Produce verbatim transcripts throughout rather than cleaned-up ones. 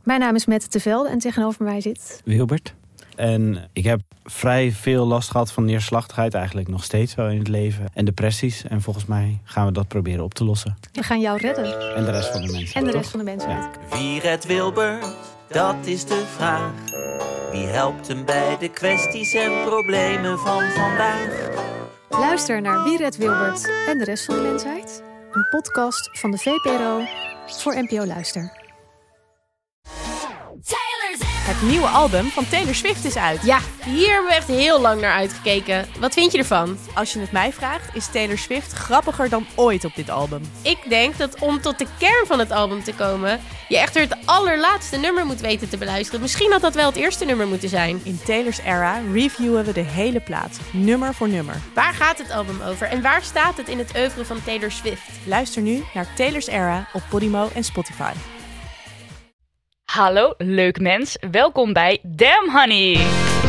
Mijn naam is Mette Tevelde en tegenover mij zit... Wilbert. En ik heb vrij veel last gehad van neerslachtigheid, eigenlijk nog steeds wel in het leven. En depressies. En volgens mij gaan we dat proberen op te lossen. We gaan jou redden. En de rest van de mensen. En de toch? rest van de mensen. Ja. Wie redt Wilbert? Dat is de vraag. Wie helpt hem bij de kwesties en problemen van vandaag? Luister naar Wie redt Wilbert en de rest van de mensheid. Een podcast van de V P R O voor N P O Luister. Het nieuwe album van Taylor Swift is uit. Ja, hier hebben we echt heel lang naar uitgekeken. Wat vind je ervan? Als je het mij vraagt, is Taylor Swift grappiger dan ooit op dit album. Ik denk dat om tot de kern van het album te komen, je echt het allerlaatste nummer moet weten te beluisteren. Misschien had dat wel het eerste nummer moeten zijn. In Taylor's Era reviewen we de hele plaat, nummer voor nummer. Waar gaat het album over en waar staat het in het oeuvre van Taylor Swift? Luister nu naar Taylor's Era op Podimo en Spotify. Hallo, leuk mens. Welkom bij Damn Honey.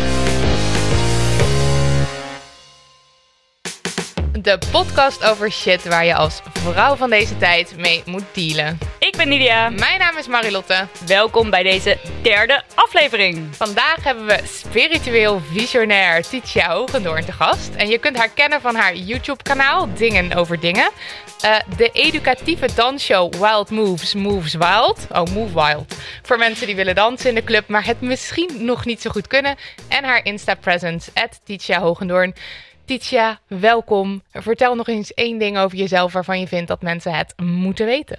De podcast over shit waar je als vrouw van deze tijd mee moet dealen. Ik ben Nidia. Mijn naam is Marilotte. Welkom bij deze derde aflevering. Vandaag hebben we spiritueel visionair Titia Hogendoorn te gast. En je kunt haar kennen van haar YouTube-kanaal Dingen over Dingen. Uh, de educatieve dansshow Wild Moves, Moves Wild. Oh, Move Wild. Voor mensen die willen dansen in de club, maar het misschien nog niet zo goed kunnen. En haar Insta-presence, at Titia Hogendoorn. Titia, welkom. Vertel nog eens één ding over jezelf waarvan je vindt dat mensen het moeten weten.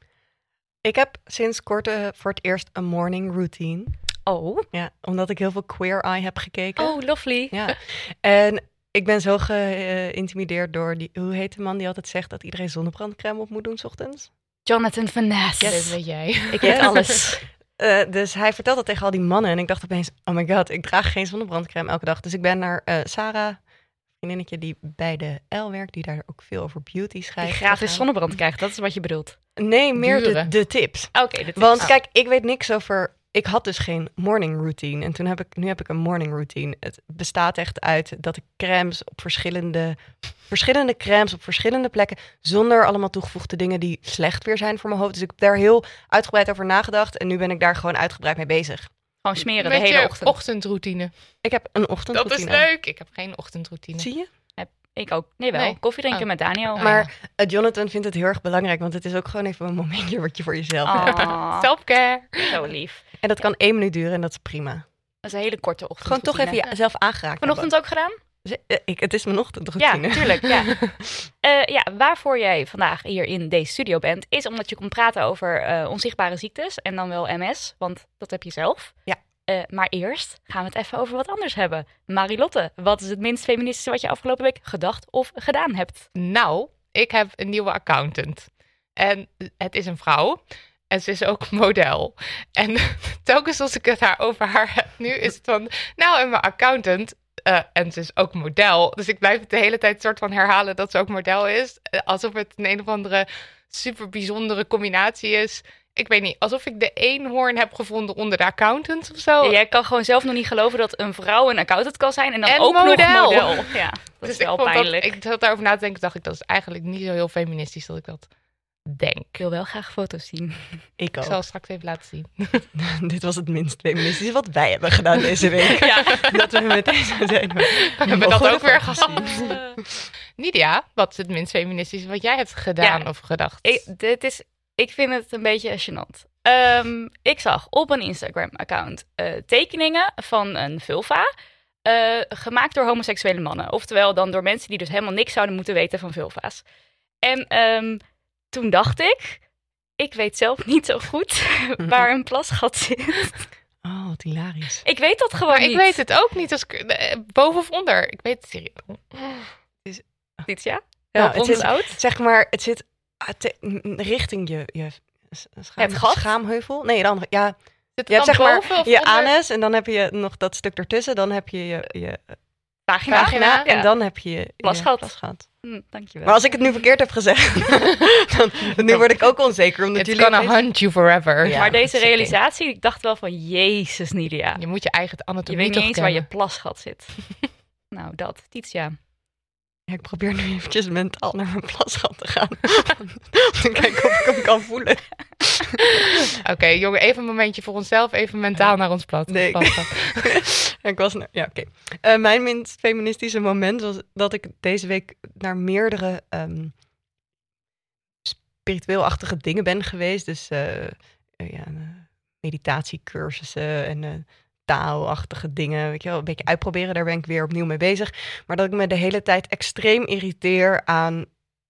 Ik heb sinds kort uh, voor het eerst een morning routine. Oh. Ja, omdat ik heel veel Queer Eye heb gekeken. Oh, lovely. Ja. En ik ben zo geïntimideerd door die, hoe heet de man die altijd zegt dat iedereen zonnebrandcrème op moet doen 's ochtends? Jonathan Van Ness. Yes. Dat weet jij. Ik weet alles. Uh, dus hij vertelt dat tegen al die mannen en ik dacht opeens, oh my god, ik draag geen zonnebrandcrème elke dag. Dus ik ben naar uh, Sarah, vriendinnetje die bij de L werkt, die daar ook veel over beauty schrijft. Die gratis zonnebrand krijgt, dat is wat je bedoelt. Nee, meer de, de tips. Oké, okay, de tips. Want oh. kijk, ik weet niks over... Ik had dus geen morning routine. En toen heb ik, nu heb ik een morning routine. Het bestaat echt uit dat ik crèmes op verschillende... verschillende crèmes op verschillende plekken... zonder allemaal toegevoegde dingen die slecht weer zijn voor mijn hoofd. Dus ik heb daar heel uitgebreid over nagedacht. En nu ben ik daar gewoon uitgebreid mee bezig. Gewoon smeren Met de hele je ochtend. ochtendroutine. Ik heb een ochtendroutine. Dat is leuk. Ik heb geen ochtendroutine. Zie je? Ik ook. Nee, wel. Nee. Koffie drinken oh. met Daniel. Oh. Maar uh, Jonathan vindt het heel erg belangrijk, want het is ook gewoon even een momentje wat je voor jezelf hebt. Oh, Selfcare. zo lief. En dat kan één minuut duren en dat is prima. Dat is een hele korte ochtend. Gewoon toch even jezelf aangeraakt. Vanochtend ook gedaan? Z- uh, ik, het is mijn Ja, ochtendroutine. natuurlijk. Ja. uh, ja, waarvoor jij vandaag hier in deze studio bent, is omdat je komt praten over uh, onzichtbare ziektes en dan wel M S, want dat heb je zelf. Ja. Uh, maar eerst gaan we het even over wat anders hebben. Marilotte, wat is het minst feministische wat je afgelopen week gedacht of gedaan hebt? Nou, ik heb een nieuwe accountant. En het is een vrouw. En ze is ook model. En telkens als ik het haar over haar heb, nu is het van... Nou, en mijn accountant... Uh, en ze is ook model. Dus ik blijf het de hele tijd soort van herhalen dat ze ook model is. Uh, alsof het een, een of andere super bijzondere combinatie is. Ik weet niet, alsof ik de eenhoorn heb gevonden onder de accountants of zo. Ja, jij kan gewoon zelf nog niet geloven dat een vrouw een accountant kan zijn en dan en ook model. nog model. Ja, dat dus is wel ik vond pijnlijk. Dat, ik zat daarover na te denken, dacht ik, dat is eigenlijk niet zo heel feministisch dat ik dat denk. Ik wil wel graag foto's zien. Ik ook. Ik zal het straks even laten zien. Dit was het minst feministische wat wij hebben gedaan deze week. Ja. Dat we meteen zo zijn. We hebben dat ook weer gehad. Nidia, wat is het minst feministische wat jij hebt gedaan Ja. of gedacht? Ik, dit is, ik vind het een beetje gênant. Um, ik zag op een Instagram-account uh, tekeningen van een vulva. Uh, gemaakt door homoseksuele mannen. Oftewel dan door mensen die dus helemaal niks zouden moeten weten van vulva's. En um, toen dacht ik, ik weet zelf niet zo goed waar een plasgat zit. Oh, wat hilarisch. Ik weet dat gewoon maar niet. ik weet het ook niet. Als ik, uh, boven of onder? Ik weet het serieus. Dit ja? Nou, Help het ons zit, uit. zeg maar, het zit uh, te, m- richting je, je schaam, Het gat? schaamheuvel. Nee, de andere. Ja, Zit je hebt dan zeg maar boven of je onder? anus en dan heb je nog dat stuk ertussen. Dan heb je je, je Vagina. vagina Ja. en dan heb je je Plasgat. plasgat. Hm, dankjewel. Maar als ik het nu verkeerd heb gezegd, dan nu word ik ook onzeker. Omdat It's jullie gonna opeens- hunt you forever. Ja. maar deze oké. realisatie, ik dacht wel van, jezus Nidia. Je moet je eigen Je anatomie weet niet toch eens waar je kennen. plasgat zit. Nou, dat. Titia. Ja, ik probeer nu eventjes mentaal naar mijn plasgat te gaan. Om te kijken of ik hem kan voelen. Oké, okay, jongen, even een momentje voor onszelf. Even mentaal naar ons plat. Nee, ik, ik was... Ja, oké. Okay. Uh, mijn minst feministische moment was dat ik deze week naar meerdere um, spiritueel-achtige dingen ben geweest. Dus uh, uh, ja, uh, meditatiecursussen en... Uh, taalachtige dingen, weet je wel, een beetje uitproberen. Daar ben ik weer opnieuw mee bezig. Maar dat ik me de hele tijd extreem irriteer aan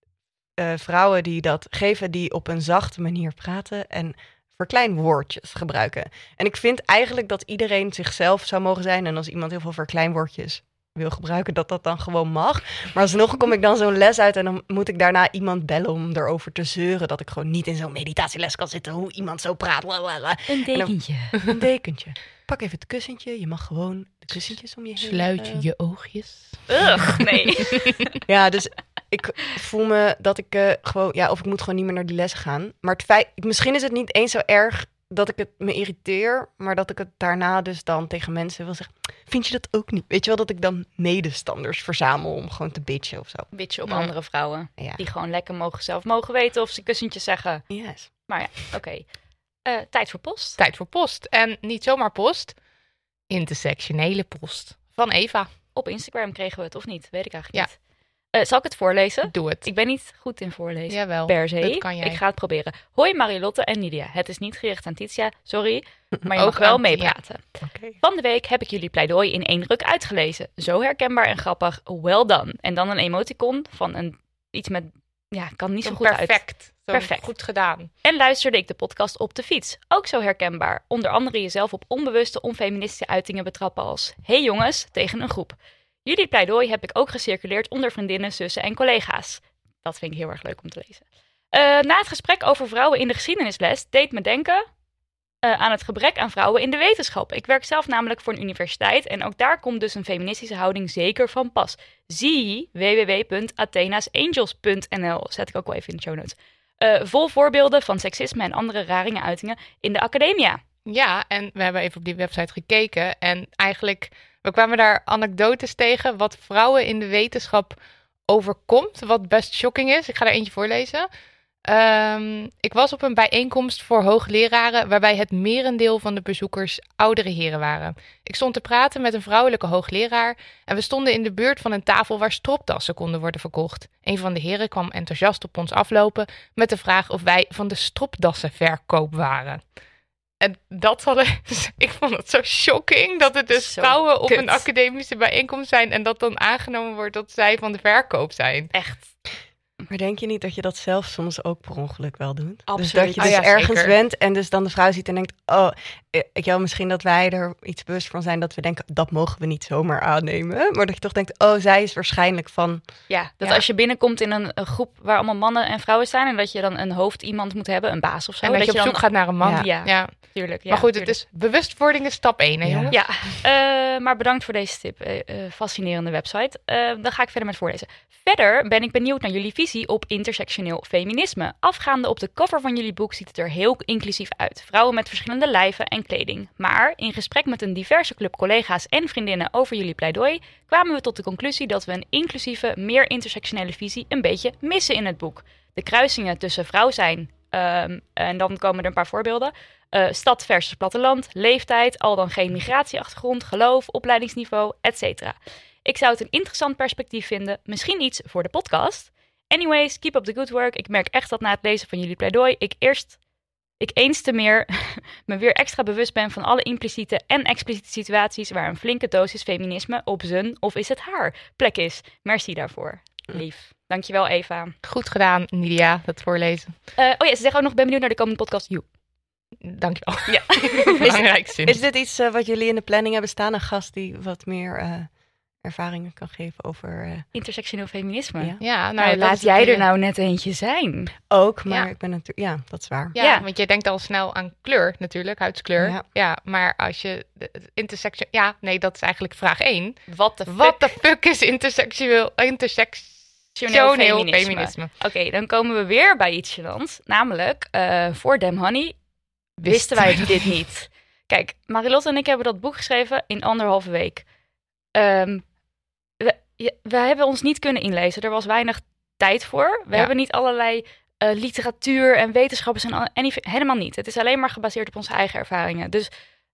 uh, vrouwen die dat geven, die op een zachte manier praten en verkleinwoordjes gebruiken. En ik vind eigenlijk dat iedereen zichzelf zou mogen zijn. En als iemand heel veel verkleinwoordjes wil gebruiken, dat dat dan gewoon mag. Maar alsnog kom ik dan zo'n les uit en dan moet ik daarna iemand bellen om erover te zeuren dat ik gewoon niet in zo'n meditatieles kan zitten hoe iemand zo praat. Blablabla. Een dekentje. Dan, een dekentje. Pak even het kussentje. Je mag gewoon de kussentjes om je heen. Sluit uh... je oogjes. Ugh, nee. Ja, dus ik voel me dat ik uh, gewoon... Ja, of ik moet gewoon niet meer naar die les gaan. Maar het feit... Misschien is het niet eens zo erg dat ik het me irriteer, maar dat ik het daarna dus dan tegen mensen wil zeggen, vind je dat ook niet? Weet je wel, dat ik dan medestanders verzamel om gewoon te bitchen of zo. Bitchen op ja. andere vrouwen. Ja. Die gewoon lekker mogen zelf mogen weten of ze kussentjes zeggen. Yes. Maar ja, oké. Okay. Uh, tijd voor post. Tijd voor post. En niet zomaar post. Intersectionele post. Van Eva. Op Instagram kregen we het, of niet? Weet ik eigenlijk ja. niet. Uh, zal ik het voorlezen? Doe het. Ik ben niet goed in voorlezen. Jawel, per se. dat kan jij. Ik ga het proberen. Hoi Marilotte en Nidia. Het is niet gericht aan Titia, sorry. Maar je Ook mag wel aan, meepraten. Ja. Okay. Van de week heb ik jullie pleidooi in één ruk uitgelezen. Zo herkenbaar en grappig. Well done. En dan een emoticon van een iets met... Ja, kan niet zo, zo goed perfect. uit. Zo Perfect. Goed gedaan. En luisterde ik de podcast op de fiets. Ook zo herkenbaar. Onder andere jezelf op onbewuste, onfeministische uitingen betrappen als... Hey jongens, tegen een groep. Jullie pleidooi heb ik ook gecirculeerd onder vriendinnen, zussen en collega's. Dat vind ik heel erg leuk om te lezen. Uh, na het gesprek over vrouwen in de geschiedenisles deed me denken uh, aan het gebrek aan vrouwen in de wetenschap. Ik werk zelf namelijk voor een universiteit en ook daar komt dus een feministische houding zeker van pas. Zie w w w punt athenas angels punt n l. Zet ik ook wel even in de show notes. Uh, vol voorbeelden van seksisme en andere raringen uitingen in de academia. Ja, en we hebben even op die website gekeken en eigenlijk... We kwamen daar anekdotes tegen wat vrouwen in de wetenschap overkomt, wat best shocking is. Ik ga er eentje voorlezen. Um, ik was op een bijeenkomst voor hoogleraren waarbij het merendeel van de bezoekers oudere heren waren. Ik stond te praten met een vrouwelijke hoogleraar en we stonden in de buurt van een tafel waar stropdassen konden worden verkocht. Een van de heren kwam enthousiast op ons aflopen met de vraag of wij van de stropdassenverkoop waren. En dat hadden... Ik vond het zo shocking dat het dus zo vrouwen op kut. een academische bijeenkomst zijn en dat dan aangenomen wordt dat zij van de verkoop zijn. Echt. Maar denk je niet dat je dat zelf soms ook per ongeluk wel doet? Absoluut. Dus dat je dus oh ja, ergens zeker. bent en dus dan de vrouw ziet en denkt... oh, ik jou misschien dat wij er iets bewust van zijn dat we denken... dat mogen we niet zomaar aannemen. Maar dat je toch denkt, oh, zij is waarschijnlijk van... Ja, dat Ja. als je binnenkomt in een, een groep waar allemaal mannen en vrouwen zijn... en dat je dan een hoofd iemand moet hebben, een baas of zo. En dat, je op dan... zoek gaat naar een man. Ja. Ja, Ja. tuurlijk. Ja, Maar goed, tuurlijk. het is bewustwording is stap één, hè Ja. jongens? Ja, uh, maar bedankt voor deze tip. Uh, uh, fascinerende website. Uh, dan ga ik verder met voorlezen. Verder ben ik benieuwd naar jullie visie op intersectioneel feminisme. Afgaande op de cover van jullie boek ziet het er heel inclusief uit. Vrouwen met verschillende lijven en kleding. Maar in gesprek met een diverse club collega's en vriendinnen over jullie pleidooi... kwamen we tot de conclusie dat we een inclusieve, meer intersectionele visie een beetje missen in het boek. De kruisingen tussen vrouw zijn, um, en dan komen er een paar voorbeelden... Uh, stad versus platteland, leeftijd, al dan geen migratieachtergrond, geloof, opleidingsniveau, et cetera. Ik zou het een interessant perspectief vinden, misschien iets voor de podcast. Anyways, keep up the good work. Ik merk echt dat na het lezen van jullie pleidooi ik eerst, ik eens te meer me weer extra bewust ben van alle impliciete en expliciete situaties waar een flinke dosis feminisme op zijn, of is het haar, plek is. Merci daarvoor. Lief. Dankjewel Eva. Goed gedaan, Nidia, dat voorlezen. Uh, oh ja, ze zeggen ook nog ben benieuwd naar de komende podcast. You. Dankjewel. Ja. Belangrijk zin. Is dit iets uh, wat jullie in de planning hebben staan? Een gast die wat meer uh, ervaringen kan geven over... Uh... intersectioneel feminisme. Ja. Ja, nou, Nou, dat laat is jij er natuurlijk- nou net eentje zijn. Ook, maar Ja. ik ben natuurlijk... Ja, dat is waar. Ja, Ja. want je denkt al snel aan kleur natuurlijk, huidskleur. Ja. Ja, maar als je de- de intersection... Ja, nee, dat is eigenlijk vraag één. Wat de Wat de fuck is intersexueel... Intersectioneel feminisme. feminisme? Oké, okay, dan komen we weer bij iets gênants. Namelijk, uh, voor Damn Honey wisten wij dit niet. Kijk, Marilotte en ik hebben dat boek geschreven in anderhalve week. Um, we, ja, we hebben ons niet kunnen inlezen. Er was weinig tijd voor. We Ja. hebben niet allerlei uh, literatuur en wetenschappers en, al- en helemaal niet. Het is alleen maar gebaseerd op onze eigen ervaringen. Dus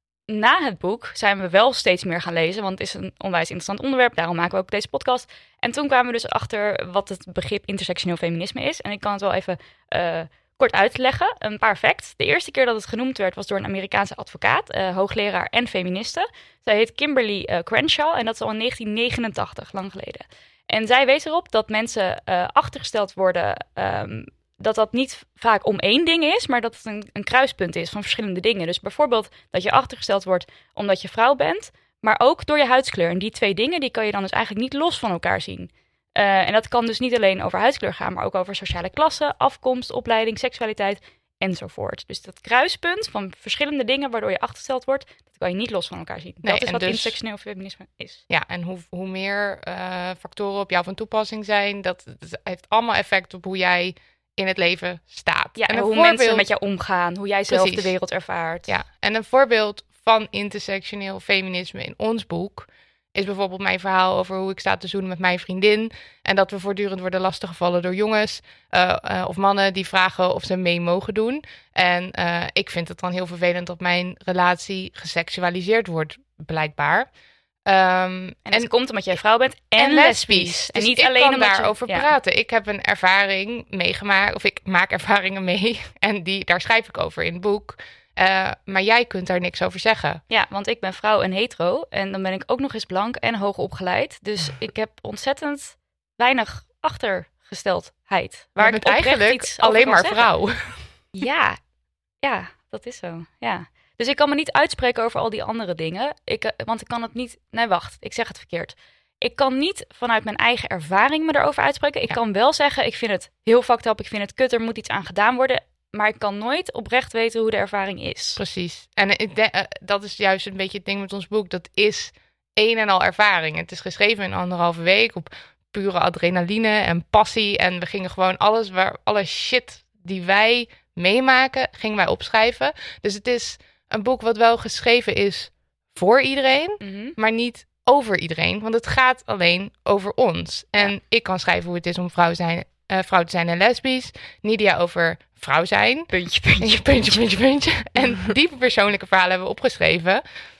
na het boek zijn we wel steeds meer gaan lezen, want het is een onwijs interessant onderwerp. Daarom maken we ook deze podcast. En toen kwamen we dus achter wat het begrip intersectioneel feminisme is. En ik kan het wel even uh, kort uitleggen. Een paar facts. De eerste keer dat het genoemd werd was door een Amerikaanse advocaat, uh, hoogleraar en feministe. Zij heet Kimberly uh, Crenshaw en dat is al in negentien negenentachtig, lang geleden. En zij wees erop dat mensen uh, achtergesteld worden, um, dat dat niet vaak om één ding is, maar dat het een, een kruispunt is van verschillende dingen. Dus bijvoorbeeld dat je achtergesteld wordt omdat je vrouw bent, maar ook door je huidskleur. En die twee dingen die kan je dan dus eigenlijk niet los van elkaar zien. Uh, en dat kan dus niet alleen over huidskleur gaan, maar ook over sociale klasse, afkomst, opleiding, seksualiteit enzovoort. Dus dat kruispunt van verschillende dingen waardoor je achtergesteld wordt, dat kan je niet los van elkaar zien. Nee, dat is en wat dus- intersectioneel feminisme is. Ja, en hoe, hoe meer uh, factoren op jou van toepassing zijn, dat, dat heeft allemaal effect op hoe jij in het leven staat. Ja, en, een hoe voorbeeld- mensen met jou omgaan, hoe jij zelf Precies. de wereld ervaart. Ja, en een voorbeeld van intersectioneel feminisme in ons boek is bijvoorbeeld mijn verhaal over hoe ik sta te zoenen met mijn vriendin en dat we voortdurend worden lastiggevallen door jongens uh, uh, of mannen die vragen of ze mee mogen doen. En uh, ik vind het dan heel vervelend dat mijn relatie geseksualiseerd wordt, blijkbaar. Um, En dat en komt omdat jij vrouw bent en, en lesbisch. lesbisch. En Dus niet ik alleen kan omdat je- daarover ja. praten. Ik heb een ervaring meegemaakt, of ik maak ervaringen mee. En die, daar schrijf ik over in het boek. Uh, maar jij kunt daar niks over zeggen. Ja, want ik ben vrouw en hetero. En dan ben ik ook nog eens blank en hoog opgeleid. Dus ik heb ontzettend weinig achtergesteldheid. Waar je ik bent oprecht eigenlijk iets over alleen kan maar zeggen. vrouw. Ja, ja, dat is zo. Ja. Dus ik kan me niet uitspreken over al die andere dingen. Ik, eh, want ik kan het niet... Nee, wacht. Ik zeg het verkeerd. Ik kan niet vanuit mijn eigen ervaring me erover uitspreken. Ik Ja. kan wel zeggen, ik vind het heel fucked up. Ik vind het kut, er moet iets aan gedaan worden. Maar ik kan nooit oprecht weten hoe de ervaring is. Precies. En ik denk, uh, dat is juist een beetje het ding met ons boek. Dat is een en al ervaring. Het is geschreven in anderhalve week op pure adrenaline en passie. En we gingen gewoon alles, waar, alle shit die wij meemaken, gingen wij opschrijven. Dus het is een boek wat wel geschreven is voor iedereen, Mhm. maar niet over iedereen. Want het gaat alleen over ons. En Ja. ik kan schrijven hoe het is om vrouw, zijn, uh, vrouw te zijn en lesbisch. Nidia over vrouw zijn. Puntje, puntje, Puntje, puntje, puntje. En die persoonlijke verhalen hebben we opgeschreven.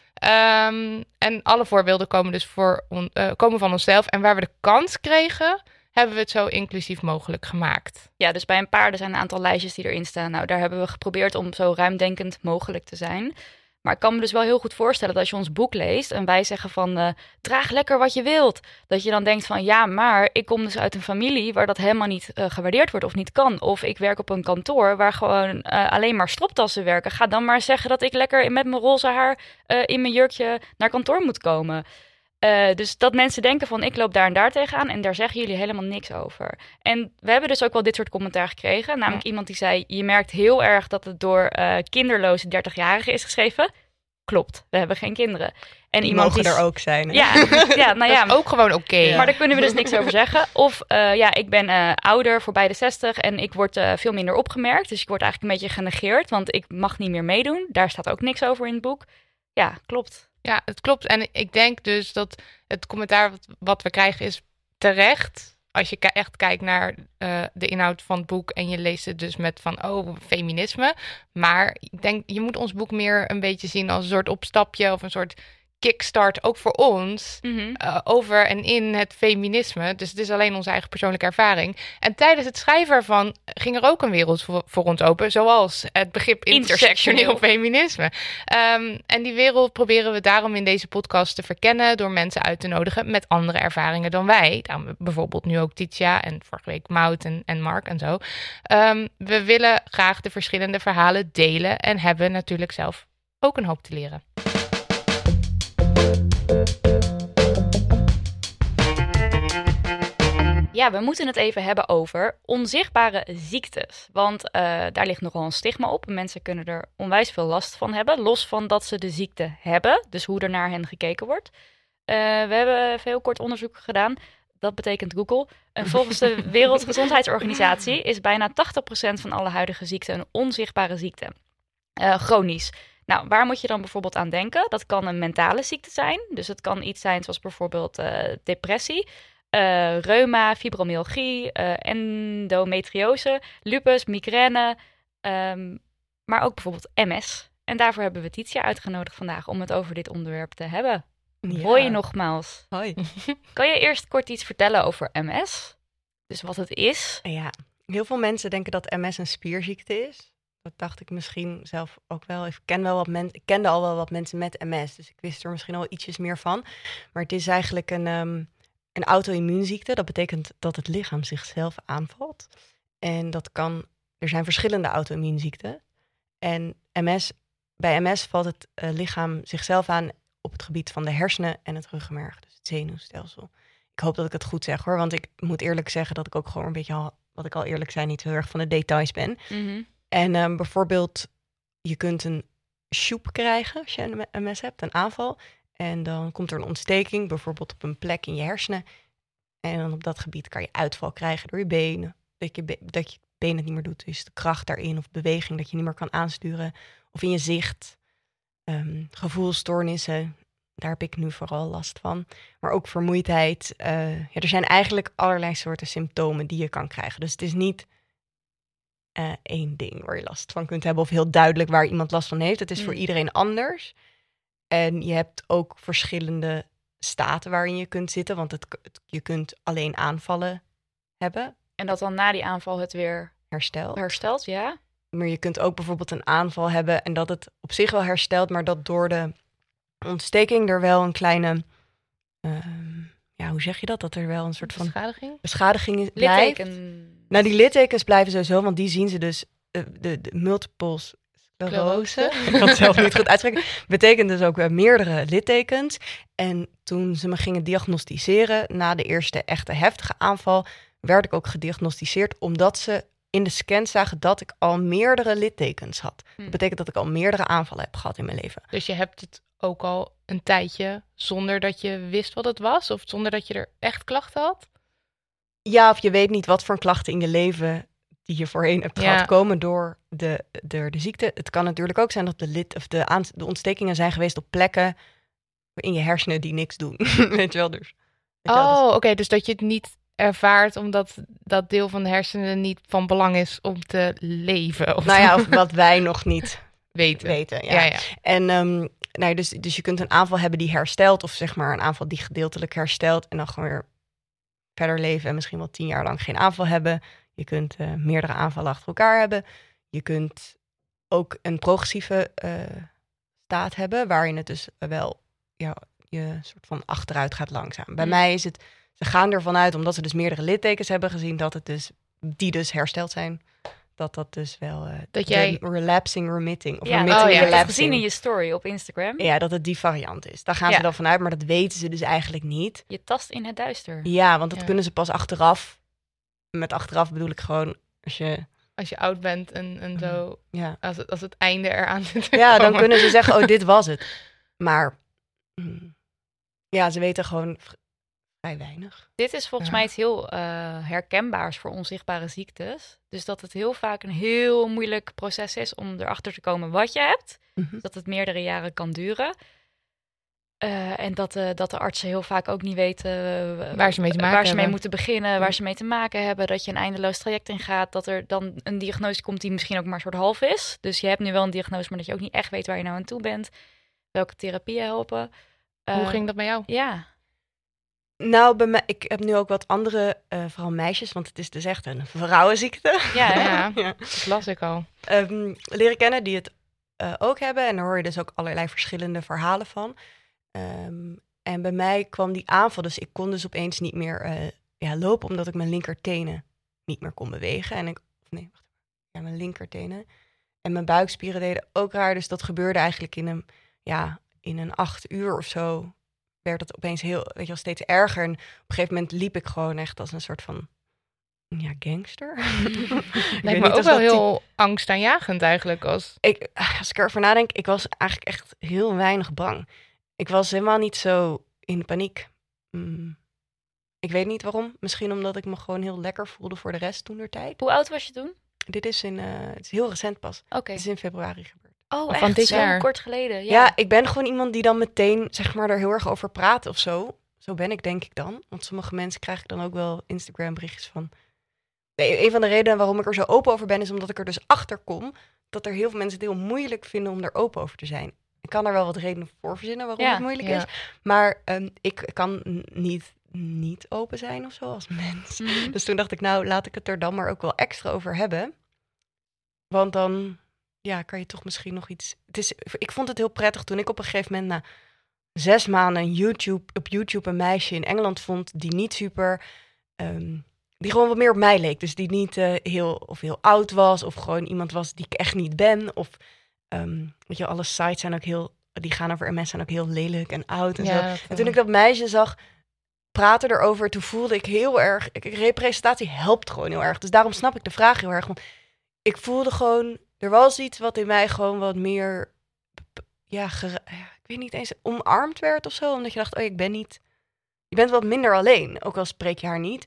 Um, en alle voorbeelden komen dus voor on, uh, komen van onszelf. En waar we de kans kregen, hebben we het zo inclusief mogelijk gemaakt. Ja, dus bij een paar, er zijn een aantal lijstjes die erin staan. Nou, daar hebben we geprobeerd om zo ruimdenkend mogelijk te zijn. Maar ik kan me dus wel heel goed voorstellen dat als je ons boek leest en wij zeggen van uh, draag lekker wat je wilt. Dat je dan denkt van ja, maar ik kom dus uit een familie waar dat helemaal niet uh, gewaardeerd wordt of niet kan. Of ik werk op een kantoor waar gewoon uh, alleen maar stroptassen werken. Ga dan maar zeggen dat ik lekker met mijn roze haar uh, in mijn jurkje naar kantoor moet komen. Uh, dus dat mensen denken van ik loop daar en daar tegenaan en daar zeggen jullie helemaal niks over. En we hebben dus ook wel dit soort commentaar gekregen. Namelijk Ja. iemand die zei, je merkt heel erg dat het door uh, kinderloze dertigjarigen is geschreven. Klopt, we hebben geen kinderen. En Die iemand mogen die... er ook zijn. hè? Ja, ja, nou ja. Dat is ook gewoon oké. Okay. Ja. Maar daar kunnen we dus niks over zeggen. Of uh, ja, ik ben uh, ouder, voorbij de zestig en ik word uh, veel minder opgemerkt. Dus ik word eigenlijk een beetje genegeerd, want ik mag niet meer meedoen. Daar staat ook niks over in het boek. Ja, klopt. Ja, het klopt. En ik denk dus dat het commentaar wat, wat we krijgen is terecht. Als je k- echt kijkt naar uh, de inhoud van het boek en je leest het dus met van, oh, feminisme. Maar ik denk, je moet ons boek meer een beetje zien als een soort opstapje of een soort kickstart, ook voor ons, Mm-hmm. uh, over en in het feminisme. Dus het is alleen onze eigen persoonlijke ervaring. En tijdens het schrijven ervan ging er ook een wereld voor, voor ons open, zoals het begrip intersectioneel feminisme. Um, en die wereld proberen we daarom in deze podcast te verkennen door mensen uit te nodigen met andere ervaringen dan wij. Daarom bijvoorbeeld nu ook Titia en vorige week Maud en, en Mark en zo. Um, we willen graag de verschillende verhalen delen en hebben natuurlijk zelf ook een hoop te leren. Ja, we moeten het even hebben over onzichtbare ziektes. Want uh, daar ligt nogal een stigma op. Mensen kunnen er onwijs veel last van hebben. Los van dat ze de ziekte hebben. Dus hoe er naar hen gekeken wordt. Uh, we hebben even heel kort onderzoek gedaan. Dat betekent Google. En volgens de Wereldgezondheidsorganisatie is bijna tachtig procent van alle huidige ziekten een onzichtbare ziekte. Uh, chronisch. Nou, waar moet je dan bijvoorbeeld aan denken? Dat kan een mentale ziekte zijn. Dus het kan iets zijn zoals bijvoorbeeld uh, depressie. uh, reuma, fibromyalgie, uh, endometriose, lupus, migraine, um, maar ook bijvoorbeeld M S. En daarvoor hebben we Titia uitgenodigd vandaag om het over dit onderwerp te hebben. Ja. Hoi nogmaals. Hoi. Kan je eerst kort iets vertellen over M S? Dus wat het is? Ja, heel veel mensen denken dat M S een spierziekte is. Dat dacht ik misschien zelf ook wel. Ik, ken wel wat men, ik kende al wel wat mensen met M S, dus ik wist er misschien al ietsjes meer van. Maar het is eigenlijk een, um, een auto-immuunziekte. Dat betekent dat het lichaam zichzelf aanvalt. En dat kan, er zijn verschillende auto-immuunziekten. En M S, bij M S valt het uh, lichaam zichzelf aan op het gebied van de hersenen en het ruggenmerg, dus het zenuwstelsel. Ik hoop dat ik het goed zeg hoor, want ik moet eerlijk zeggen dat ik ook gewoon een beetje, al, wat ik al eerlijk zei, niet heel erg van de details ben. Mm-hmm. En um, bijvoorbeeld, je kunt een sjoep krijgen als je een M S hebt, een aanval. En dan komt er een ontsteking, bijvoorbeeld op een plek in je hersenen. En dan op dat gebied kan je uitval krijgen door je benen. Dat je, be- dat je been het niet meer doet, dus de kracht daarin of beweging dat je niet meer kan aansturen. Of in je zicht, um, gevoelsstoornissen, daar heb ik nu vooral last van. Maar ook vermoeidheid. Uh, ja, er zijn eigenlijk allerlei soorten symptomen die je kan krijgen. Dus het is niet uh, één ding waar je last van kunt hebben of heel duidelijk waar iemand last van heeft. Het is mm. voor iedereen anders. En je hebt ook verschillende staten waarin je kunt zitten, want het, het, je kunt alleen aanvallen hebben. En dat dan na die aanval het weer herstelt. herstelt, ja. Maar je kunt ook bijvoorbeeld een aanval hebben en dat het op zich wel herstelt, maar dat door de ontsteking er wel een kleine, uh, ja, hoe zeg je dat? Dat er wel een soort van beschadiging, beschadiging is, blijft. Litteken. Nou, die littekens blijven sowieso, want die zien ze dus, uh, de, de multiple sclerose. Ik kan het zelf niet goed uitspreken. Betekent dus ook uh, meerdere littekens. En toen ze me gingen diagnosticeren na de eerste echte heftige aanval, werd ik ook gediagnosticeerd omdat ze in de scan zagen dat ik al meerdere littekens had. Hm. Dat betekent dat ik al meerdere aanvallen heb gehad in mijn leven. Dus je hebt het ook al een tijdje zonder dat je wist wat het was? Of zonder dat je er echt klachten had? Ja, of je weet niet wat voor klachten in je leven die je voorheen hebt ja. gehad komen door de, door de ziekte. Het kan natuurlijk ook zijn dat de, lid, of de, aan, de ontstekingen zijn geweest op plekken in je hersenen die niks doen. Weet je wel dus. Weet je oh, wel, dus. oké. Okay, dus dat je het niet ervaart omdat dat deel van de hersenen niet van belang is om te leven. Of nou ja, of wat wij nog niet weten. weten ja. Ja, ja. En um, nou, dus, dus je kunt een aanval hebben die herstelt, of zeg maar een aanval die gedeeltelijk herstelt en dan gewoon weer verder leven en misschien wel tien jaar lang geen aanval hebben. Je kunt uh, meerdere aanvallen achter elkaar hebben. Je kunt ook een progressieve uh, staat hebben, waarin het dus wel ja, je soort van achteruit gaat langzaam. Bij mm. mij is het, ze gaan ervan uit, omdat ze dus meerdere littekens hebben gezien, dat het dus, die dus hersteld zijn, dat dat dus wel uh, dat jij relapsing remitting of ja, remitting oh, ja. relapsing. Ik heb gezien in je story op Instagram. Ja, dat het die variant is. Daar gaan ja. ze dan vanuit, maar dat weten ze dus eigenlijk niet. Je tast in het duister. Ja, want dat ja. kunnen ze pas achteraf. Met achteraf bedoel ik gewoon als je als je oud bent en, en zo, ja. als, het, als het einde eraan zit. Ja, dan kunnen ze zeggen, oh, dit was het. Maar mm, ja, ze weten gewoon v- vrij weinig. Dit is volgens ja. mij iets heel uh, herkenbaars voor onzichtbare ziektes. Dus dat het heel vaak een heel moeilijk proces is om erachter te komen wat je hebt. Mm-hmm. Dat het meerdere jaren kan duren. Uh, en dat, uh, dat de artsen heel vaak ook niet weten uh, waar ze mee, te maken waar ze mee hebben. moeten beginnen, waar ze mee te maken hebben. Dat je een eindeloos traject ingaat. Dat er dan een diagnose komt die misschien ook maar een soort half is. Dus je hebt nu wel een diagnose, maar dat je ook niet echt weet waar je nou aan toe bent. Welke therapieën helpen. Uh, Hoe ging dat bij jou? Ja. Nou, bij mij, ik heb nu ook wat andere, uh, vooral meisjes, want het is dus echt een vrouwenziekte. Ja, ja, ja. dat las ik al. Um, leren kennen die het uh, ook hebben. En daar hoor je dus ook allerlei verschillende verhalen van. Um, en bij mij kwam die aanval, dus ik kon dus opeens niet meer uh, ja, lopen, omdat ik mijn linkertenen niet meer kon bewegen. En ik, of nee, wacht even. Ja, mijn linkertenen. En mijn buikspieren deden ook raar, dus dat gebeurde eigenlijk in een, ja, in een acht uur of zo. Werd het opeens heel, weet je wel, steeds erger. En op een gegeven moment liep ik gewoon echt als een soort van, ja, gangster. Lijkt me ook wel heel die... angstaanjagend eigenlijk. Als... Ik, als ik erover nadenk, ik was eigenlijk echt heel weinig bang. Ik was helemaal niet zo in paniek. Mm. Ik weet niet waarom. Misschien omdat ik me gewoon heel lekker voelde voor de rest toentertijd. Hoe oud was je toen? Dit is in, uh, het is heel recent pas. Oké. Okay. Het is in februari gebeurd. Oh, echt? Van dit zo jaar? Kort geleden. Ja. ja, ik ben gewoon iemand die dan meteen, zeg maar, er heel erg over praat of zo. zo ben ik denk ik dan. Want sommige mensen krijg ik dan ook wel Instagram berichtjes van... Nee, een van de redenen waarom ik er zo open over ben... is omdat ik er dus achter kom... dat er heel veel mensen het heel moeilijk vinden om er open over te zijn. Ik kan er wel wat redenen voor verzinnen waarom Ja, het moeilijk ja. is. Maar um, ik kan n- niet, niet open zijn of zo als mens. Mhm. Dus toen dacht ik, nou, laat ik het er dan maar ook wel extra over hebben. Want dan ja, kan je toch misschien nog iets... Het is, ik vond het heel prettig toen ik op een gegeven moment... na zes maanden een YouTube, op YouTube een meisje in Engeland vond... die niet super... Um, die gewoon wat meer op mij leek. Dus die niet uh, heel, of heel oud was... of gewoon iemand was die ik echt niet ben. Of, um, weet je, alle sites zijn ook heel... die gaan over M S zijn ook heel lelijk en oud en Ja, zo. dat, En toen ik dat meisje zag praten erover... toen voelde ik heel erg... Ik, representatie helpt gewoon heel erg. Dus daarom snap ik de vraag heel erg. Want ik voelde gewoon... Er was iets wat in mij gewoon wat meer... Ja, gera- ja, ik weet niet eens... omarmd werd of zo. Omdat je dacht, oh, ik ben niet... Je bent wat minder alleen. Ook al spreek je haar niet.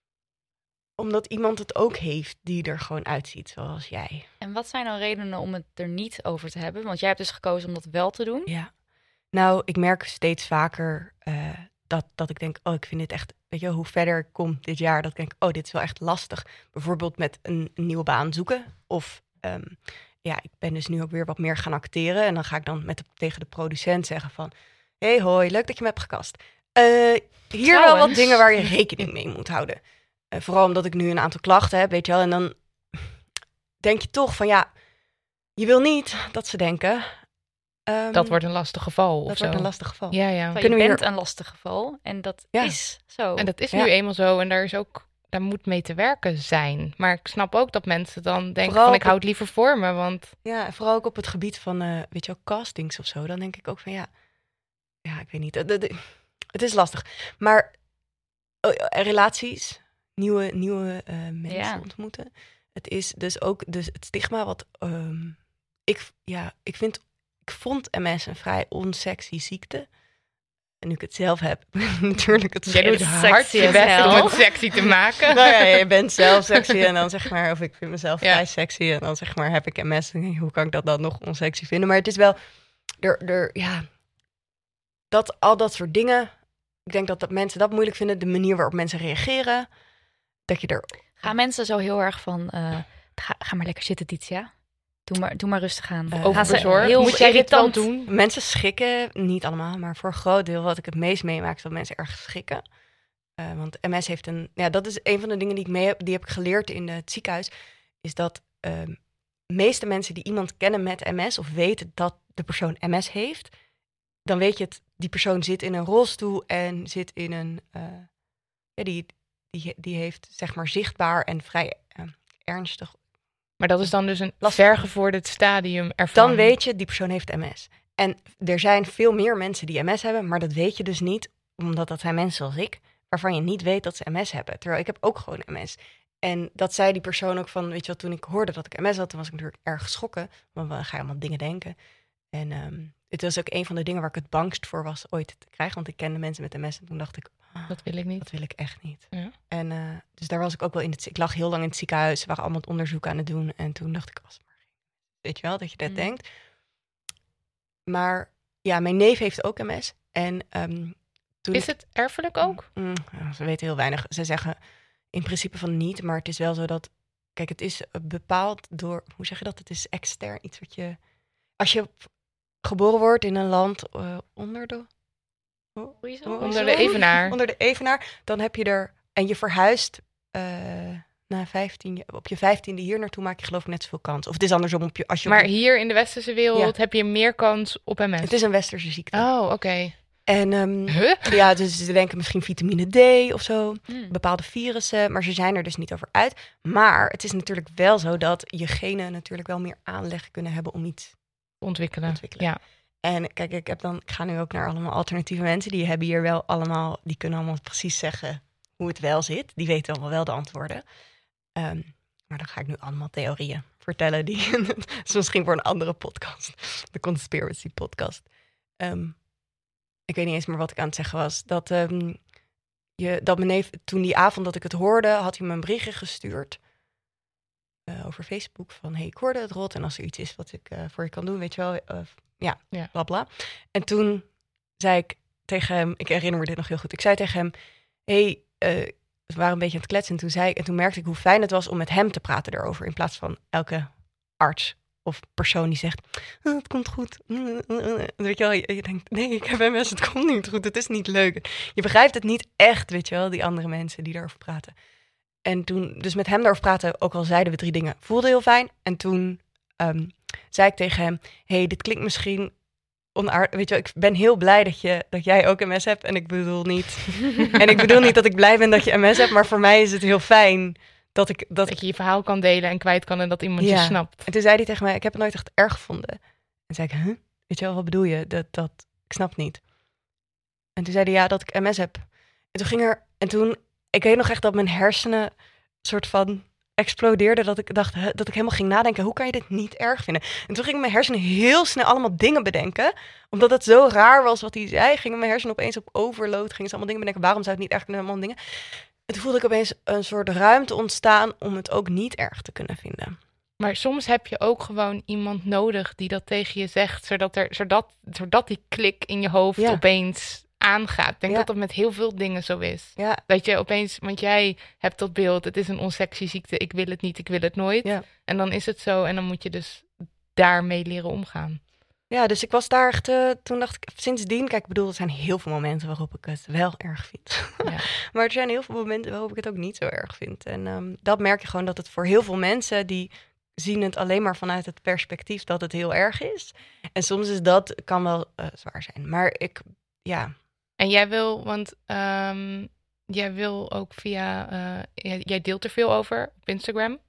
Omdat iemand het ook heeft die er gewoon uitziet zoals jij. En wat zijn dan redenen om het er niet over te hebben? Want jij hebt dus gekozen om dat wel te doen. Ja. Nou, ik merk steeds vaker uh, dat, dat ik denk... oh, ik vind dit echt... Weet je, hoe verder ik kom dit jaar... dat ik denk, oh, dit is wel echt lastig. Bijvoorbeeld met een, een nieuwe baan zoeken. Of... Um, ja, ik ben dus nu ook weer wat meer gaan acteren. En dan ga ik dan met de, tegen de producent zeggen van... hey, hoi, leuk dat je me hebt gekast. Uh, hier Trouwens. wel wat dingen waar je rekening mee moet houden. Uh, vooral omdat ik nu een aantal klachten heb, weet je wel. En dan denk je toch van ja... je wil niet dat ze denken... Um, dat wordt een lastig geval Dat of wordt zo. een lastig geval. Ja, ja. Je Kunnen we bent hier- een lastig geval. En dat Ja. is zo. En dat is Ja. nu eenmaal zo. En daar is ook... daar moet mee te werken zijn. Maar ik snap ook dat mensen dan denken Vooral van... op ik hou het liever voor me, want... Ja, en vooral ook op het gebied van, uh, weet je wel, castings of zo. Dan denk ik ook van, ja, ja, ik weet niet. Het, het, het is lastig. Maar oh, relaties, nieuwe, nieuwe uh, mensen Ja. ontmoeten. Het is dus ook dus het stigma wat... Um, ik, ja, ik, vind, ik vond M S een vrij onsexy ziekte. En nu ik het zelf heb, natuurlijk het Jij doet Sexy hard je as best hell. om het sexy te maken. Nou ja, je bent zelf sexy en dan zeg maar... of ik vind mezelf Ja. vrij sexy en dan zeg maar heb ik M S. En denk ik, hoe kan ik dat dan nog onsexy vinden? Maar het is wel... Er, er, ja, dat, al dat soort dingen... Ik denk dat, dat mensen dat moeilijk vinden. De manier waarop mensen reageren. Dat je er... Gaan mensen zo heel erg van... uh, ga, ga maar lekker zitten, Titia. Doe maar, doe maar rustig aan. Uh, Gaan ze Overbezorgd. heel Moet jij dit wel irritant doen? Mensen schrikken, niet allemaal, maar voor een groot deel... wat ik het meest meemaak, is dat mensen erg schrikken. Uh, want M S heeft een... Ja, dat is een van de dingen die ik mee heb, die heb ik geleerd in het ziekenhuis. Is dat uh, de meeste mensen die iemand kennen met M S... of weten dat de persoon M S heeft... dan weet je het, die persoon zit in een rolstoel en zit in een... Uh, ja, die, die, die heeft zeg maar zichtbaar en vrij uh, ernstig... Maar dat is dan dus een Lastig. vergevorderd stadium ervan. Dan weet je, die persoon heeft M S. En er zijn veel meer mensen die M S hebben, maar dat weet je dus niet, omdat dat zijn mensen zoals ik, waarvan je niet weet dat ze M S hebben. Terwijl ik heb ook gewoon M S. En dat zei die persoon ook van, weet je wel, toen ik hoorde dat ik M S had, toen was ik natuurlijk erg geschrokken, want dan ga je allemaal dingen denken. En um, het was ook een van de dingen waar ik het bangst voor was ooit te krijgen, want ik kende mensen met M S en toen dacht ik, oh, Dat wil ik niet. dat wil ik echt niet. Ja. En uh, dus daar was ik ook wel in het, ik lag heel lang in het ziekenhuis, ze waren allemaal het onderzoek aan het doen en toen dacht ik, als het maar weet je wel, dat je dat Mm. denkt. Maar ja, mijn neef heeft ook M S. En um, toen Is het erfelijk ook? Mm, ja, ze weten heel weinig. Ze zeggen in principe van niet, maar het is wel zo dat... Kijk, het is bepaald door... Hoe zeg je dat? Het is extern. Iets wat je... Als je geboren wordt in een land uh, onder de... Hoezo? Onder de evenaar. Onder de evenaar. Dan heb je er... En je verhuist... Uh, na vijftien, op je vijftiende hier naartoe maak je geloof ik net zoveel kans. Of het is andersom. Op je, als je Maar op, hier in de westerse wereld Ja. heb je meer kans op M S. het is een westerse ziekte. Oh, oké. Okay. En um, Huh? ja, dus ze denken misschien vitamine D of zo. Mm. Bepaalde virussen, maar ze zijn er dus niet over uit. Maar het is natuurlijk wel zo dat je genen natuurlijk wel meer aanleg kunnen hebben om iets Ontwikkelen. ontwikkelen. Ja. En kijk, ik heb dan, ik ga nu ook naar allemaal alternatieve mensen. Die hebben hier wel allemaal, die kunnen allemaal precies zeggen hoe het wel zit. Die weten allemaal wel de antwoorden. Um, maar dan ga ik nu allemaal theorieën vertellen. Die dat is misschien voor een andere podcast. De Conspiracy Podcast. Um, ik weet niet eens meer wat ik aan het zeggen was. Dat, um, je, dat mijn neef, toen die avond dat ik het hoorde, had hij me een berichtje gestuurd. Uh, over Facebook van, hey, ik hoorde het rot. En als er iets is wat ik uh, voor je kan doen, weet je wel. Uh, ja, Ja. bla bla. En toen zei ik, tegen hem, ik herinner me dit nog heel goed. Ik zei tegen hem, hey, uh, we waren een beetje aan het kletsen. En toen, zei ik, en toen merkte ik hoe fijn het was om met hem te praten erover. In plaats van elke arts of persoon die zegt, oh, het komt goed. Weet je wel, je, je denkt, nee, ik heb M S, het komt niet goed. Het is niet leuk. Je begrijpt het niet echt, weet je wel, die andere mensen die daarover praten. En toen, dus met hem daarover praten, ook al zeiden we drie dingen, voelde heel fijn. En toen um, zei ik tegen hem, hey, dit klinkt misschien onaardig. Weet je wel, ik ben heel blij dat, je, dat jij ook M S hebt. En ik bedoel niet, en ik bedoel niet dat ik blij ben dat je M S hebt, maar voor mij is het heel fijn dat ik... Dat, dat je je verhaal kan delen en kwijt kan en dat iemand ja. je snapt. En toen zei hij tegen mij, ik heb het nooit echt erg gevonden. En zei ik, huh? Weet je wel, wat bedoel je? Dat, dat, ik snap het niet. En toen zei hij, ja, dat ik M S heb. En toen ging er, en toen, ik weet nog echt dat mijn hersenen soort van explodeerden, dat ik dacht, dat ik helemaal ging nadenken, hoe kan je dit niet erg vinden? En toen gingen mijn hersenen heel snel allemaal dingen bedenken, omdat het zo raar was wat hij zei, gingen mijn hersenen opeens op overload, gingen ze allemaal dingen bedenken, waarom zou het niet erg kunnen, allemaal dingen. En toen voelde ik opeens een soort ruimte ontstaan om het ook niet erg te kunnen vinden. Maar soms heb je ook gewoon iemand nodig die dat tegen je zegt, zodat, er, zodat, zodat die klik in je hoofd ja. opeens aangaat. Ik denk ja. dat dat met heel veel dingen zo is. Ja. Dat je opeens, want jij hebt dat beeld, het is een onsexy ziekte, ik wil het niet, ik wil het nooit. Ja. En dan is het zo en dan moet je dus daarmee leren omgaan. Ja, dus ik was daar echt, uh, toen dacht ik, sindsdien, kijk, ik bedoel, er zijn heel veel momenten waarop ik het wel erg vind. Ja. Maar er zijn heel veel momenten waarop ik het ook niet zo erg vind. En um, dat merk je gewoon dat het voor heel veel mensen, die zien het alleen maar vanuit het perspectief dat het heel erg is. En soms is dat, kan wel uh, zwaar zijn. Maar ik, ja... En jij wil, want um, jij wil ook via, uh, jij, jij deelt er veel over op Instagram.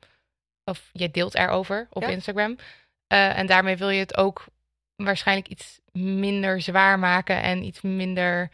Of jij deelt erover op ja. Instagram. Uh, en daarmee wil je het ook waarschijnlijk iets minder zwaar maken en iets minder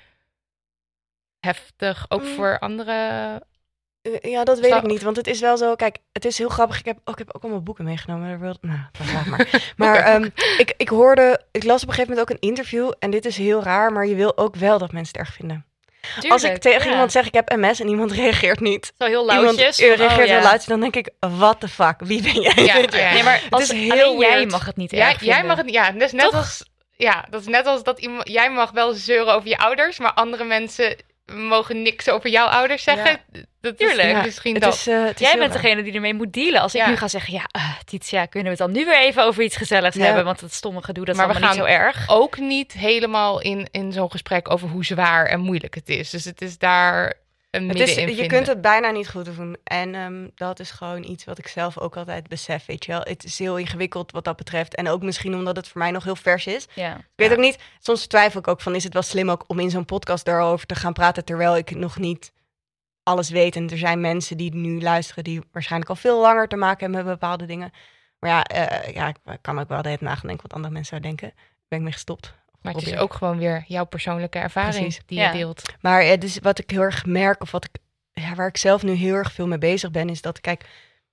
heftig, ook mm. voor andere... Ja, dat weet Stap. ik niet, want het is wel zo... Kijk, het is heel grappig. Ik heb ook, ik heb ook allemaal boeken meegenomen. Nou, dat gaat maar. Maar okay. um, ik, ik hoorde... Ik las op een gegeven moment ook een interview. En dit is heel raar, maar je wil ook wel dat mensen het erg vinden. Tuurlijk, als ik tegen ja. iemand zeg, ik heb M S en iemand reageert niet. Zo heel lauwtjes. Iemand reageert oh, ja. heel lauwtjes, dan denk ik, what the fuck? Wie ben jij? Ja, ja. Nee, maar als, het is heel jij weird. mag het niet ja, erg jij vinden. mag het, ja, dat is net Toch? als... Ja, dat is net als dat iemand... Jij mag wel zeuren over je ouders, maar andere mensen... We mogen niks over jouw ouders zeggen. Ja. Dat Tuurlijk. Is ja. misschien het dat. Is, uh, het Jij bent raar. degene die ermee moet dealen. Als ja. ik nu ga zeggen, ja, uh, Titia, kunnen we het dan nu weer even over iets gezelligs ja. hebben? Want dat stomme gedoe, dat is allemaal niet zo erg. Ook niet helemaal in, in zo'n gesprek over hoe zwaar en moeilijk het is. Dus het is daar een midden is, in Je vinden. kunt het bijna niet goed doen. En um, dat is gewoon iets wat ik zelf ook altijd besef, weet je wel. Het is heel ingewikkeld wat dat betreft. En ook misschien omdat het voor mij nog heel vers is. Ja. Ik weet ja. ook niet, soms twijfel ik ook van, is het wel slim ook om in zo'n podcast daarover te gaan praten, terwijl ik nog niet alles weet. En er zijn mensen die nu luisteren, die waarschijnlijk al veel langer te maken hebben met bepaalde dingen. Maar ja, uh, ja ik kan ook wel de hele tijd nadenken wat andere mensen zouden denken. Ben ik mee gestopt. Maar het is ook gewoon weer jouw persoonlijke ervaring Precies. die ja. je deelt. Maar uh, dus wat ik heel erg merk, of wat ik, ja, waar ik zelf nu heel erg veel mee bezig ben, is dat, kijk,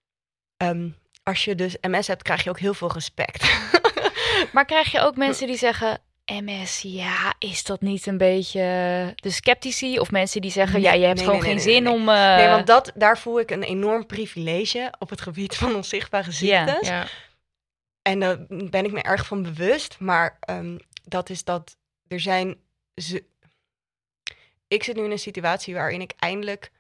um, als je dus M S hebt, krijg je ook heel veel respect. Maar krijg je ook mensen die zeggen, M S, ja, is dat niet een beetje de sceptici? Of mensen die zeggen, nee, ja, je hebt nee, gewoon nee, geen nee, zin nee, nee. om... Uh... Nee, want dat, daar voel ik een enorm privilege op het gebied van onzichtbare ziektes. Ja. Ja. En daar uh, ben ik me erg van bewust. Maar um, dat is dat er zijn... Ze... Ik zit nu in een situatie waarin ik eindelijk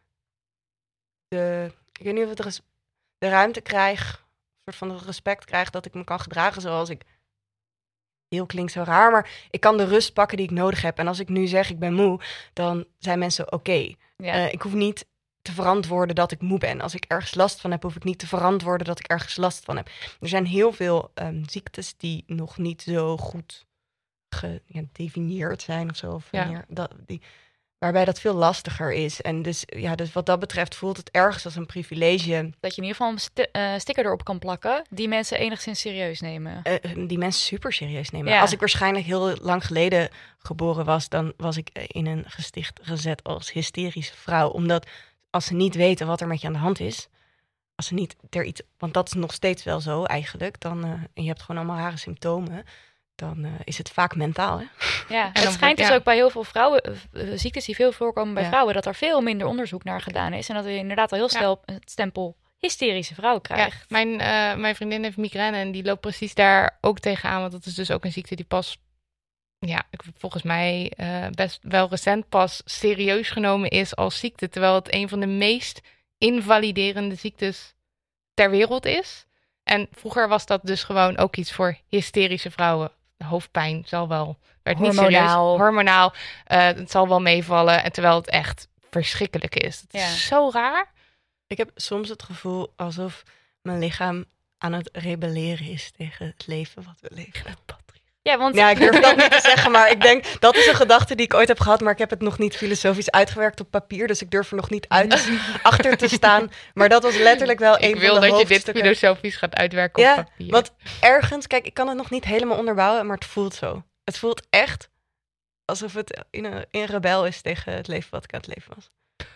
de... Ik weet niet of het res... de ruimte krijg, een soort van respect krijg, dat ik me kan gedragen zoals ik... Heel klinkt zo raar, maar ik kan de rust pakken die ik nodig heb. En als ik nu zeg ik ben moe, dan zijn mensen oké. Okay. Ja. Uh, ik hoef niet te verantwoorden dat ik moe ben. Als ik ergens last van heb, hoef ik niet te verantwoorden dat ik ergens last van heb. Er zijn heel veel um, ziektes die nog niet zo goed gedefinieerd zijn of zo. Of ja. meer, dat, die, waarbij dat veel lastiger is. En dus, ja, dus wat dat betreft voelt het ergens als een privilege. Dat je in ieder geval een st- uh, sticker erop kan plakken die mensen enigszins serieus nemen. Uh, die mensen super serieus nemen. Ja. Als ik waarschijnlijk heel lang geleden geboren was, dan was ik in een gesticht gezet als hysterische vrouw. Omdat als ze niet weten wat er met je aan de hand is, als ze niet er iets, want dat is nog steeds wel zo eigenlijk, dan, uh, en je hebt gewoon allemaal rare symptomen, dan uh, is het vaak mentaal, hè? Ja, en het schijnt dus ja. ook bij heel veel vrouwen, uh, ziektes die veel voorkomen bij ja. vrouwen, dat er veel minder onderzoek naar gedaan is. En dat je inderdaad al heel snel ja. het stempel hysterische vrouw krijgt. Ja, mijn, uh, mijn vriendin heeft migraine en die loopt precies daar ook tegenaan. Want dat is dus ook een ziekte die pas ja, volgens mij uh, best wel recent pas serieus genomen is als ziekte. Terwijl het een van de meest invaliderende ziektes ter wereld is. En vroeger was dat dus gewoon ook iets voor hysterische vrouwen. Hoofdpijn zal wel, werd niet serieus. Hormonaal. Uh, het zal wel meevallen. En terwijl het echt verschrikkelijk is. Het ja. is zo raar. Ik heb soms het gevoel alsof mijn lichaam aan het rebelleren is tegen het leven wat we leven. Ja, want... ja, ik durf dat niet te zeggen, maar ik denk, dat is een gedachte die ik ooit heb gehad, maar ik heb het nog niet filosofisch uitgewerkt op papier, dus ik durf er nog niet uit achter te staan. Maar dat was letterlijk wel een van de hoofdstukken. Ik wil dat je dit filosofisch gaat uitwerken ja, op papier. Want ergens, kijk, ik kan het nog niet helemaal onderbouwen, maar het voelt zo. Het voelt echt alsof het in een, in rebel is tegen het leven wat ik aan het leven was.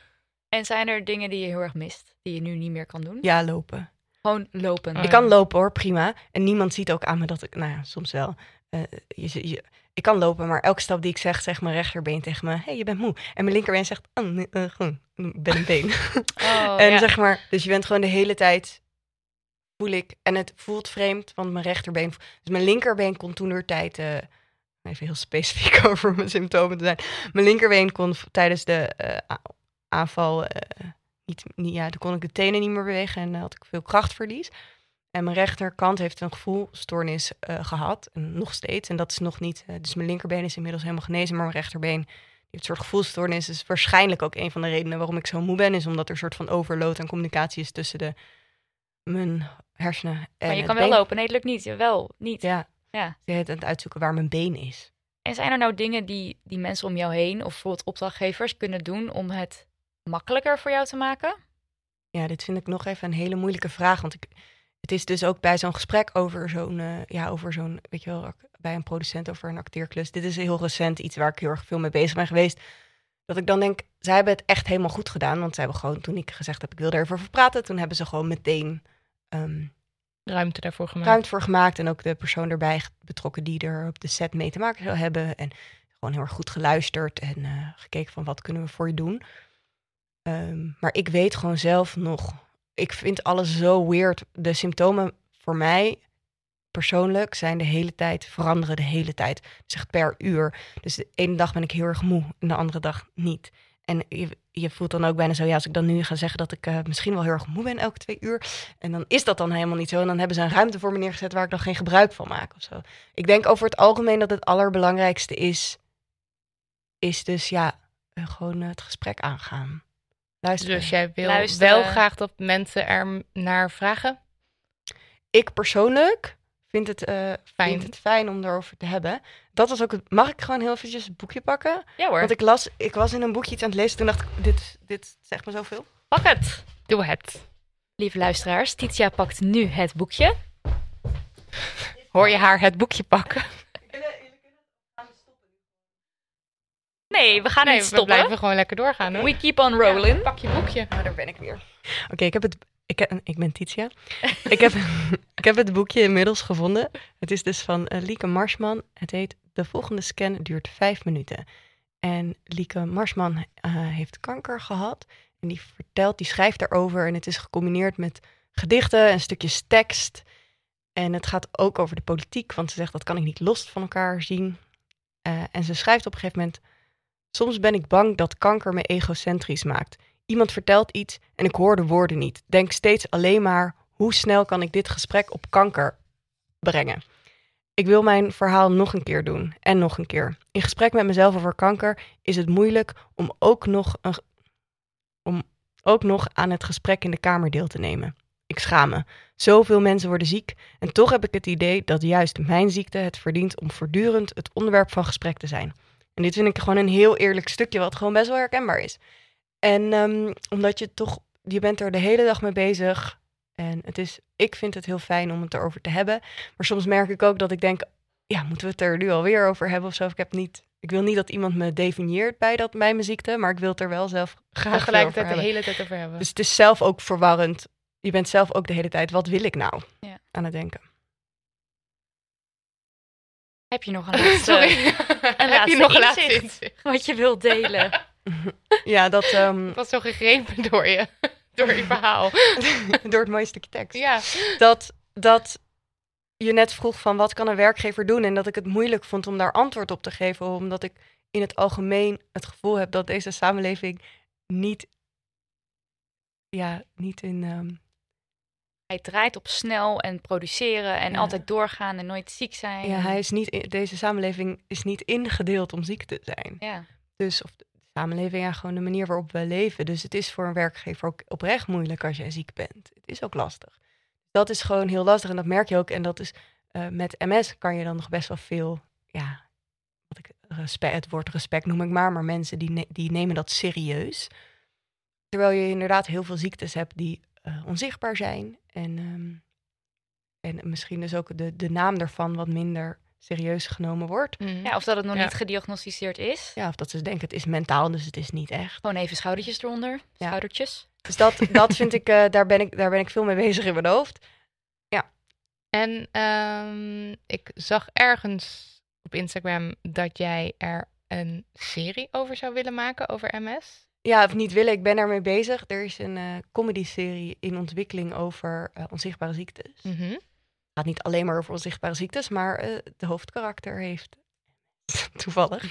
En zijn er dingen die je heel erg mist, die je nu niet meer kan doen? Ja, lopen. Gewoon lopen. Oh, ik kan lopen hoor, prima. En niemand ziet ook aan me dat ik, nou ja, soms wel. Uh, je, je, ik kan lopen, maar elke stap die ik zeg, zegt mijn rechterbeen tegen me, hé, hey, je bent moe. En mijn linkerbeen zegt, oh, nee, uh, gewoon, ik ben een been. Oh, en ja. zeg maar, dus je bent gewoon de hele tijd, voel ik, en het voelt vreemd, want mijn rechterbeen, dus mijn linkerbeen kon toen door tijd, uh, even heel specifiek over mijn symptomen te zijn. Mijn linkerbeen kon tijdens de uh, aanval, uh, niet, niet, ja, dan kon ik de tenen niet meer bewegen en dan had ik veel krachtverlies. En mijn rechterkant heeft een gevoelstoornis uh, gehad, en nog steeds. En dat is nog niet, uh, dus mijn linkerbeen is inmiddels helemaal genezen, maar mijn rechterbeen die heeft een soort gevoelstoornis. Dus waarschijnlijk ook een van de redenen waarom ik zo moe ben, is omdat er een soort van overload aan communicatie is tussen de, mijn hersenen en Maar je kan het wel been. lopen, nee, het lukt niet. Wel, niet. Ja, ja. je bent aan het uitzoeken waar mijn been is. En zijn er nou dingen die, die mensen om jou heen, of bijvoorbeeld opdrachtgevers, kunnen doen om het makkelijker voor jou te maken? Ja, dit vind ik nog even een hele moeilijke vraag, want ik... Het is dus ook bij zo'n gesprek over zo'n, uh, ja, over zo'n, weet je wel, bij een producent over een acteerklus. Dit is heel recent iets waar ik heel erg veel mee bezig ben geweest. Dat ik dan denk, zij hebben het echt helemaal goed gedaan. Want zij hebben gewoon, toen ik gezegd heb, ik wil er even over praten, toen hebben ze gewoon meteen um, ruimte daarvoor gemaakt. Ruimte voor gemaakt en ook de persoon erbij betrokken die er op de set mee te maken zou hebben. En gewoon heel erg goed geluisterd en uh, gekeken van wat kunnen we voor je doen. Um, maar ik weet gewoon zelf nog... Ik vind alles zo weird. De symptomen voor mij persoonlijk zijn de hele tijd, veranderen de hele tijd. Dus echt per uur. Dus de ene dag ben ik heel erg moe en de andere dag niet. En je, je voelt dan ook bijna zo, ja, als ik dan nu ga zeggen dat ik uh, misschien wel heel erg moe ben elke twee uur. En dan is dat dan helemaal niet zo. En dan hebben ze een ruimte voor me neergezet waar ik dan geen gebruik van maak of zo. Ik denk over het algemeen dat het allerbelangrijkste is, is dus ja, uh, gewoon uh, het gesprek aangaan. Luisteren. Dus jij wil Luisteren. wel graag dat mensen er naar vragen? Ik persoonlijk vind het, uh, fijn. vind het fijn om erover te hebben. Dat was ook het. Mag ik gewoon heel eventjes een boekje pakken? Ja hoor. Want ik las, ik was in een boekje iets aan het lezen. Toen dacht ik, dit, dit zegt me zoveel. Pak het. Doe het. Lieve luisteraars, Titia pakt nu het boekje. Hoor je haar het boekje pakken? Nee, we gaan nee, niet we stoppen. We blijven gewoon lekker doorgaan, hoor. We keep on rolling. Ja, pak je boekje. Oh, daar ben ik weer. Oké, okay, ik heb het... Ik, heb, ik ben Titia. ik, heb, ik heb het boekje inmiddels gevonden. Het is dus van uh, Lieke Marsman. Het heet De volgende scan duurt vijf minuten. En Lieke Marsman uh, heeft kanker gehad. En die vertelt, die schrijft daarover. En het is gecombineerd met gedichten en stukjes tekst. En het gaat ook over de politiek. Want ze zegt, dat kan ik niet los van elkaar zien. Uh, en ze schrijft op een gegeven moment... Soms ben ik bang dat kanker me egocentrisch maakt. Iemand vertelt iets en ik hoor de woorden niet. Denk steeds alleen maar, hoe snel kan ik dit gesprek op kanker brengen? Ik wil mijn verhaal nog een keer doen en nog een keer. In gesprek met mezelf over kanker is het moeilijk om ook nog, een, om ook nog aan het gesprek in de kamer deel te nemen. Ik schaam me. Zoveel mensen worden ziek en toch heb ik het idee dat juist mijn ziekte het verdient om voortdurend het onderwerp van gesprek te zijn. En dit vind ik gewoon een heel eerlijk stukje wat gewoon best wel herkenbaar is. En um, omdat je toch, je bent er de hele dag mee bezig. En het is, ik vind het heel fijn om het erover te hebben. Maar soms merk ik ook dat ik denk, ja, moeten we het er nu alweer over hebben of zo? Ik heb niet, ik wil niet dat iemand me definieert bij, dat, bij mijn ziekte, maar ik wil het er wel zelf graag tegelijkertijd over de hebben. hele tijd over hebben. Dus het is zelf ook verwarrend. Je bent zelf ook de hele tijd, wat wil ik nou? Ja. Aan het denken. Heb je nog een laatste, Sorry. een Heb je laatste nog een inzicht, laatste inzicht? wat je wilt delen? Ja, dat... Um, Ik was zo gegrepen door je, door je verhaal. door het mooie stukje tekst. Ja. Dat, dat je net vroeg van wat kan een werkgever doen? En dat ik het moeilijk vond om daar antwoord op te geven. Omdat ik in het algemeen het gevoel heb dat deze samenleving niet, ja, niet in... Um... Hij draait op snel en produceren en Ja. altijd doorgaan en nooit ziek zijn. Ja, hij is niet, deze samenleving is niet ingedeeld om ziek te zijn. Ja. Dus of de samenleving, ja, gewoon de manier waarop we leven. Dus het is voor een werkgever ook oprecht moeilijk als jij ziek bent. Het is ook lastig. Dat is gewoon heel lastig en dat merk je ook. En dat is uh, met M S kan je dan nog best wel veel, ja, wat ik respect, het woord respect noem ik maar, maar mensen die, ne- die nemen dat serieus. Terwijl je inderdaad heel veel ziektes hebt die uh, onzichtbaar zijn. En, um, en misschien dus ook de, de naam daarvan wat minder serieus genomen wordt. Mm. Ja, of dat het nog Ja. niet gediagnosticeerd is. Ja, of dat ze denken het is mentaal, dus het is niet echt. Gewoon even schoudertjes eronder. Ja. Schoudertjes. Dus dat, dat vind ik, uh, daar, ben ik, daar ben ik veel mee bezig in mijn hoofd. En um, ik zag ergens op Instagram dat jij er een serie over zou willen maken, over M S. Ja, of niet willen, ik ben daarmee bezig. Er is een uh, comedy-serie in ontwikkeling over uh, onzichtbare ziektes. Mm-hmm. Het gaat niet alleen maar over onzichtbare ziektes, maar uh, de hoofdkarakter heeft toevallig.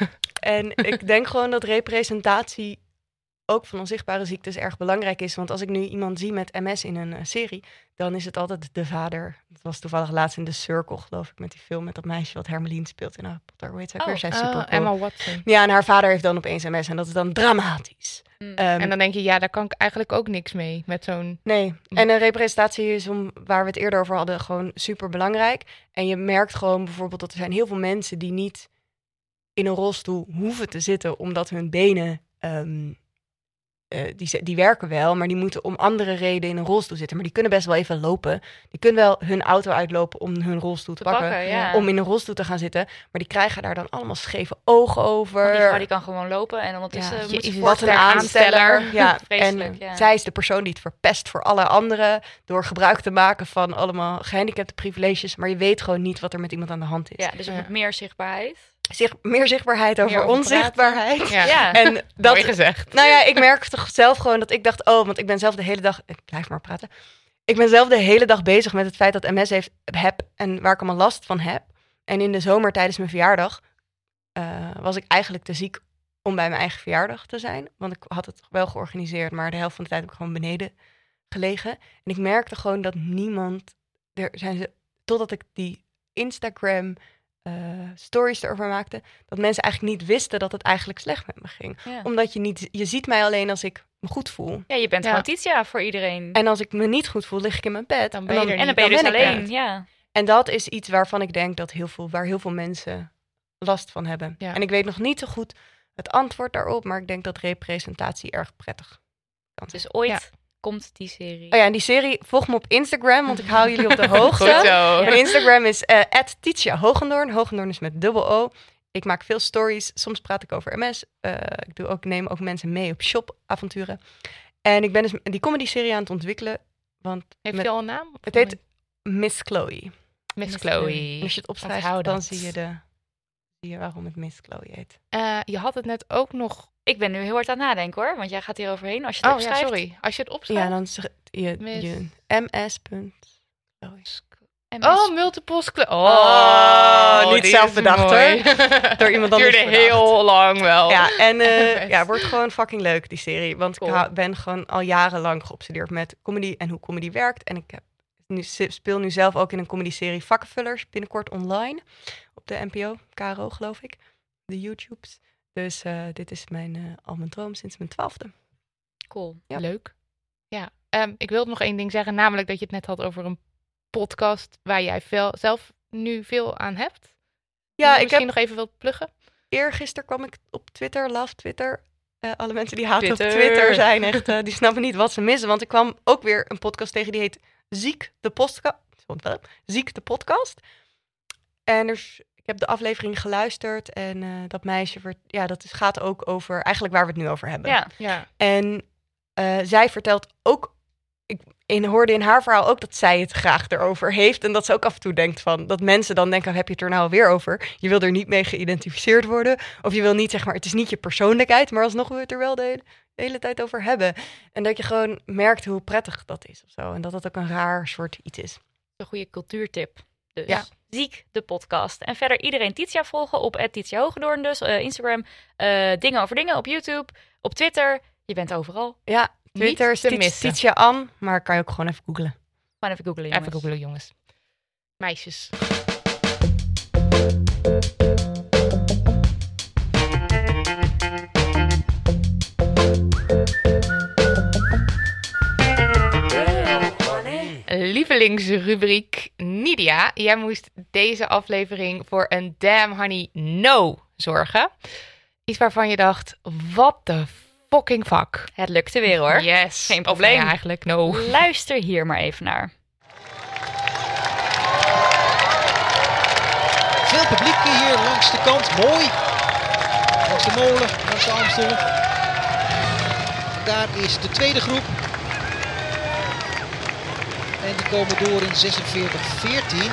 En ik denk gewoon dat representatie ook van onzichtbare ziektes erg belangrijk is. Want als ik nu iemand zie met M S in een uh, serie, dan is het altijd de vader. Dat was toevallig laatst in The Circle, geloof ik, met die film met dat meisje wat Hermeline speelt in Harry Potter. Hoe heet zij? Oh, weer? Zij is Oh, super Emma Watson. Ja, en haar vader heeft dan opeens M S en dat is dan dramatisch. Mm. Um, En dan denk je, ja, daar kan ik eigenlijk ook niks mee met zo'n... Nee, en een representatie is, om, waar we het eerder over hadden, gewoon super belangrijk. En je merkt gewoon bijvoorbeeld dat er zijn heel veel mensen die niet in een rolstoel hoeven te zitten, omdat hun benen, um, uh, die, die werken wel, maar die moeten om andere redenen in een rolstoel zitten. Maar die kunnen best wel even lopen. Die kunnen wel hun auto uitlopen om hun rolstoel te, Te pakken, pakken, ja. om in een rolstoel te gaan zitten. Maar die krijgen daar dan allemaal scheve ogen over. Want die vrouw die kan gewoon lopen en ondertussen Ja, moet je- ze je- Wat een voortwerken. aansteller. Ja, Vreselijk, en ja. zij is de persoon die het verpest voor alle anderen door gebruik te maken van allemaal gehandicapte privileges, maar je weet gewoon niet wat er met iemand aan de hand is. Ja, dus er Ja. moet meer zichtbaarheid. Zich, meer zichtbaarheid over Meer over onzichtbaarheid. Ja, Ja. En mooi dat, gezegd. nou ja, ik merk toch zelf gewoon dat ik dacht, oh, want ik ben zelf de hele dag, ik blijf maar praten. Ik ben zelf de hele dag bezig met het feit dat M S heeft, heb en waar ik allemaal last van heb. En in de zomer tijdens mijn verjaardag uh, was ik eigenlijk te ziek om bij mijn eigen verjaardag te zijn. Want ik had het wel georganiseerd, maar de helft van de tijd heb ik gewoon beneden gelegen. En ik merkte gewoon dat niemand, er zijn ze, totdat ik die Instagram uh, stories erover maakte, dat mensen eigenlijk niet wisten dat het eigenlijk slecht met me ging. Ja. Omdat je niet, je ziet mij alleen als ik me goed voel. Ja, je bent Ja. gewoon Titia voor iedereen. En als ik me niet goed voel, lig ik in mijn bed. Dan ben je er en niet. dan ben je dus ben ik alleen. het. Ja. En dat is iets waarvan ik denk dat heel veel, waar heel veel mensen last van hebben. Ja. En ik weet nog niet zo goed het antwoord daarop, maar ik denk dat representatie erg prettig kan zijn. Dus ooit Ja. komt die serie. Oh ja, en die serie, volg me op Instagram, want ik hou jullie op de Goed hoogte. zo. Mijn Instagram is at Titia Hogendoorn. Hogendoorn is met dubbel O. Ik maak veel stories. Soms praat ik over M S. Uh, ik doe ook, neem ook mensen mee op shopavonturen. En ik ben dus die comedy-serie aan het ontwikkelen. Want Heeft met- je al een naam? het heet Miss Chloe. Miss En Chloe. als je het opschrijft, Onthoud dan dat. zie je, de, zie je waarom het Miss Chloe heet. Uh, je had het net ook nog... Ik ben nu heel hard aan het nadenken hoor, want jij gaat hier overheen. Als je het Oh ja, opschrijft. sorry. Als je het opschrijft... Ja, dan zeg je, Miss- je M S. Chloe. M S. Oh, multiple sclerosis. Oh, niet die is zelf bedacht, mooi. Door iemand anders Duurde bedacht. heel lang wel. Ja, en eh Best. ja, wordt gewoon fucking leuk, die serie. Want Cool. ik hou- ben gewoon al jarenlang geobsedeerd met comedy en hoe comedy werkt. En ik heb, nu, speel nu zelf ook in een comedy-serie Vakkenvullers, binnenkort online. Op de N P O, K R O geloof ik. De YouTubes. Dus uh, dit is mijn, uh, al mijn droom sinds mijn twaalfde. Cool. Ja. Leuk. Ja, um, ik wilde nog één ding zeggen. Namelijk dat je het net had over een podcast waar jij veel, zelf nu veel aan hebt. Ja, ik Misschien heb nog even wilt pluggen. eergisteren kwam ik op Twitter, love Twitter. Uh, alle mensen die haten Twitter. op Twitter zijn echt, uh, die snappen niet wat ze missen. Want ik kwam ook weer een podcast tegen die heet Ziek de Podcast. Ziek de Podcast. En dus, ik heb de aflevering geluisterd en uh, dat meisje, vert, ja, dat is, gaat ook over eigenlijk waar we het nu over hebben. Ja. Ja. En uh, zij vertelt ook, ik in, hoorde in haar verhaal ook dat zij het graag erover heeft. En dat ze ook af en toe denkt van, dat mensen dan denken, heb je het er nou weer over? Je wil er niet mee geïdentificeerd worden. Of je wil niet, zeg maar, het is niet je persoonlijkheid, maar alsnog wil je het er wel de hele, de hele tijd over hebben. En dat je gewoon merkt hoe prettig dat is of zo. En dat dat ook een raar soort iets is. Een goede cultuurtip. Dus Ja. Ziek, de podcast. En verder iedereen Titia volgen op at Titia Hogendoorn. Dus uh, Instagram, uh, Dingen over Dingen op YouTube, op Twitter. Je bent overal. Ja, Twitter is te Tit- missen. Titia An, maar kan je ook gewoon even googlen. Gewoon even googlen, jongens. Even googlen, jongens. Meisjes. Lievelingsrubriek Nidia. Jij moest deze aflevering voor een Damn Honey No zorgen. Iets waarvan je dacht, what the fucking fuck. Het lukte weer hoor. Yes. Geen Of probleem. nou ja, eigenlijk, no. Luister hier maar even naar. Veel publiek hier langs de kant. Mooi. Langs de molen, langs de Amstel. Daar is de tweede groep. En die komen door in zesenveertig veertien.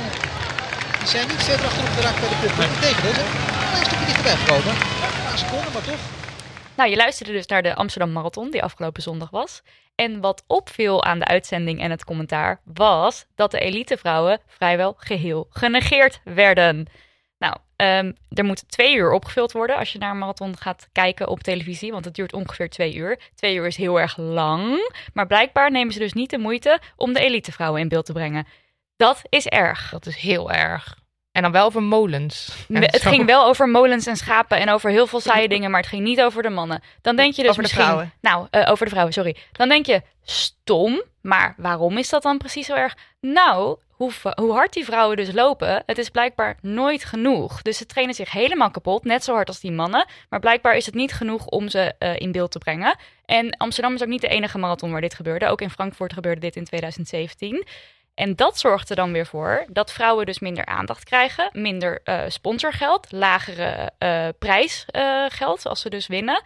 Die zijn niet verder achterop geraakt bij de club. Maar integendeel, ze zijn een stukje dichterbij gekomen. Een paar seconden, maar toch. Nou, je luisterde dus naar de Amsterdam Marathon, die afgelopen zondag was. En wat opviel aan de uitzending en het commentaar was dat de elitevrouwen vrijwel geheel genegeerd werden. Nou, um, er moet twee uur opgevuld worden als je naar een marathon gaat kijken op televisie, want het duurt ongeveer twee uur. Twee uur is heel erg lang, maar blijkbaar nemen ze dus niet de moeite om de elitevrouwen in beeld te brengen. Dat is erg. Dat is heel erg. En dan wel over molens. Me- het Zo. ging wel over molens en schapen en over heel veel saaie dingen, maar het ging niet over de mannen. Dan denk je dus Over de misschien... vrouwen. Nou, uh, over de vrouwen, sorry. Dan denk je, stom, maar waarom is dat dan precies zo erg? Nou, hoe, hoe hard die vrouwen dus lopen, het is blijkbaar nooit genoeg. Dus ze trainen zich helemaal kapot, net zo hard als die mannen. Maar blijkbaar is het niet genoeg om ze uh, in beeld te brengen. En Amsterdam is ook niet de enige marathon waar dit gebeurde. Ook in Frankfurt gebeurde dit in twintig zeventien. En dat zorgt er dan weer voor dat vrouwen dus minder aandacht krijgen, minder uh, sponsorgeld, lagere uh, prijsgeld uh, als ze dus winnen.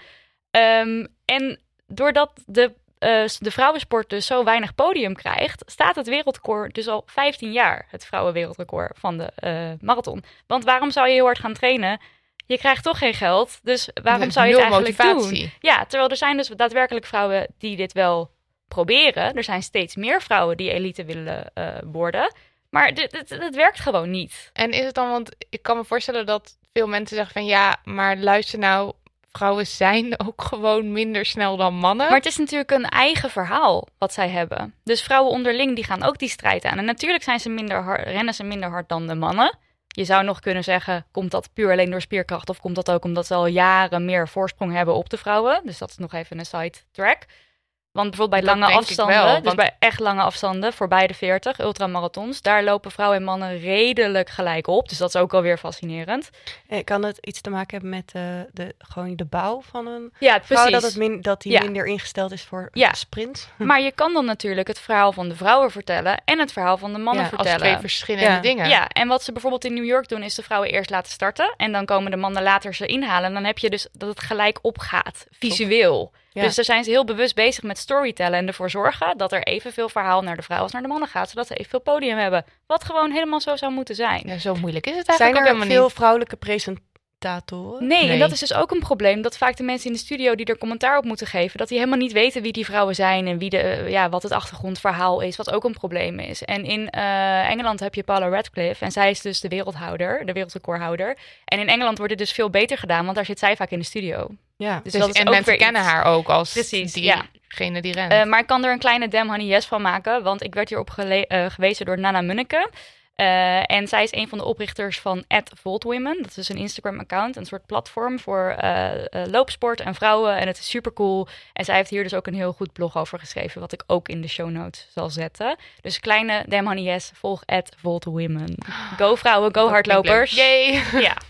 Um, en doordat de, uh, de vrouwensport dus zo weinig podium krijgt, staat het wereldrecord dus al vijftien jaar, het vrouwenwereldrecord van de uh, marathon. Want waarom zou je heel hard gaan trainen? Je krijgt toch geen geld, dus waarom De- zou je het nul eigenlijk motivatie. doen? Ja, terwijl er zijn dus daadwerkelijk vrouwen die dit wel proberen. Er zijn steeds meer vrouwen die elite willen uh, worden. Maar dit, dit, dit werkt gewoon niet. En is het dan, want ik kan me voorstellen dat veel mensen zeggen van ja, maar luister nou, vrouwen zijn ook gewoon minder snel dan mannen. Maar het is natuurlijk een eigen verhaal wat zij hebben. Dus vrouwen onderling die gaan ook die strijd aan. En natuurlijk zijn ze minder hard, rennen ze minder hard dan de mannen. Je zou nog kunnen zeggen, komt dat puur alleen door spierkracht? Of komt dat ook omdat ze al jaren meer voorsprong hebben op de vrouwen? Dus dat is nog even een side track. Want bijvoorbeeld bij Dat lange denk ik afstanden, wel, dus want- bij echt lange afstanden, voorbij de veertig, ultramarathons, daar lopen vrouwen en mannen redelijk gelijk op. Dus dat is ook alweer fascinerend. Eh, Kan het iets te maken hebben met eh, de, gewoon de bouw van een Ja, vrouw? precies. Dat, het min, dat die Ja. minder ingesteld is voor Ja. sprint? Maar je kan dan natuurlijk het verhaal van de vrouwen vertellen en het verhaal van de mannen Ja, als vertellen. Als twee verschillende Ja. dingen. Ja, en wat ze bijvoorbeeld in New York doen, is de vrouwen eerst laten starten. En dan komen de mannen later ze inhalen. En dan heb je dus dat het gelijk opgaat, visueel. Ja. Dus daar zijn ze heel bewust bezig met storytellen. En ervoor zorgen dat er evenveel verhaal naar de vrouwen als naar de mannen gaat. Zodat ze evenveel podium hebben. Wat gewoon helemaal zo zou moeten zijn. Ja, zo moeilijk is het Zijn eigenlijk er ook veel helemaal vrouwelijke presentatoren? Nee, Nee. en dat is dus ook een probleem. Dat vaak de mensen in de studio die er commentaar op moeten geven, dat die helemaal niet weten wie die vrouwen zijn en wie de, eh, ja, wat het achtergrondverhaal is, wat ook een probleem is. En in eh, Engeland heb je Paula Radcliffe en zij is dus de wereldhouder, de wereldrecordhouder. En in Engeland wordt het dus veel beter gedaan, want daar zit zij vaak in de studio. Ja. Dus niet. dat is en ook mensen weer kennen iets. haar ook als Precies, ja. diegene die rent. Uh, maar ik kan er een kleine Damn Honey Yes van maken, want ik werd hierop gele- uh, gewezen door Nana Munneke. Uh, en zij is een van de oprichters van at Voltwomen. Dat is dus een Instagram-account, een soort platform voor uh, uh, loopsport en vrouwen. En het is super cool. En zij heeft hier dus ook een heel goed blog over geschreven, wat ik ook in de show notes zal zetten. Dus kleine Damn Honey Yes, volg at Voltwomen. Go vrouwen, go Dat hardlopers. klinkt leuk. Yay. Ja.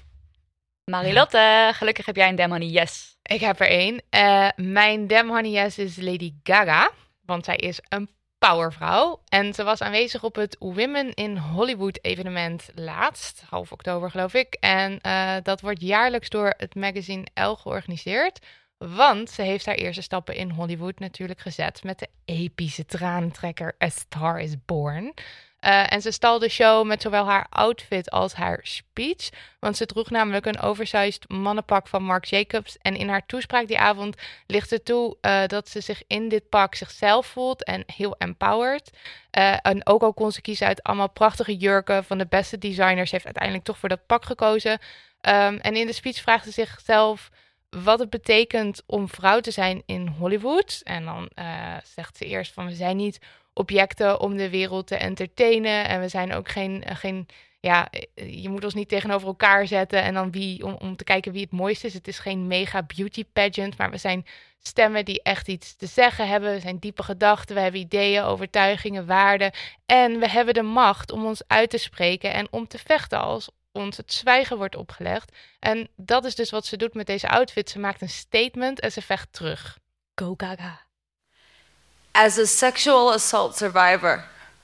Marilotte, gelukkig heb jij een Damn Honey Yes. Ik heb er één. Uh, mijn Damn Honey Yes is Lady Gaga. Want zij is een powervrouw. En ze was aanwezig op het Women in Hollywood evenement laatst. Half oktober geloof ik. En uh, dat wordt jaarlijks door het magazine Elle georganiseerd. Want ze heeft haar eerste stappen in Hollywood natuurlijk gezet met de epische tranentrekker A Star is Born. Uh, en ze stal de show met zowel haar outfit als haar speech. Want ze droeg namelijk een oversized mannenpak van Marc Jacobs. En in haar toespraak die avond ligt het toe uh, dat ze zich in dit pak zichzelf voelt en heel empowered. Uh, en ook al kon ze kiezen uit allemaal prachtige jurken van de beste designers, heeft uiteindelijk toch voor dat pak gekozen. Um, en in de speech vraagt ze zichzelf wat het betekent om vrouw te zijn in Hollywood. En dan uh, zegt ze eerst van we zijn niet objecten om de wereld te entertainen. En we zijn ook geen, uh, geen ja, je moet ons niet tegenover elkaar zetten en dan wie om, om te kijken wie het mooiste is. Het is geen mega beauty pageant, maar we zijn stemmen die echt iets te zeggen hebben. We zijn diepe gedachten, we hebben ideeën, overtuigingen, waarden. En we hebben de macht om ons uit te spreken en om te vechten als ons het zwijgen wordt opgelegd. En dat is dus wat ze doet met deze outfit. Ze maakt een statement en ze vecht terug. Go Gaga. As a sexual assault survivor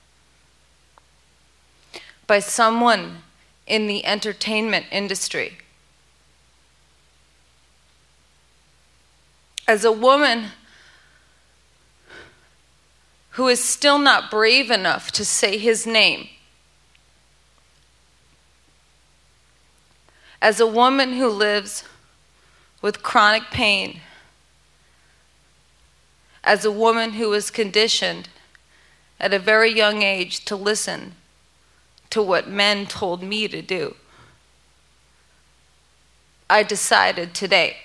by someone in the entertainment industry, as a woman who is still not brave enough to say his name, as a woman who lives with chronic pain, as a woman who was conditioned at a very young age to listen to what men told me to do, I decided today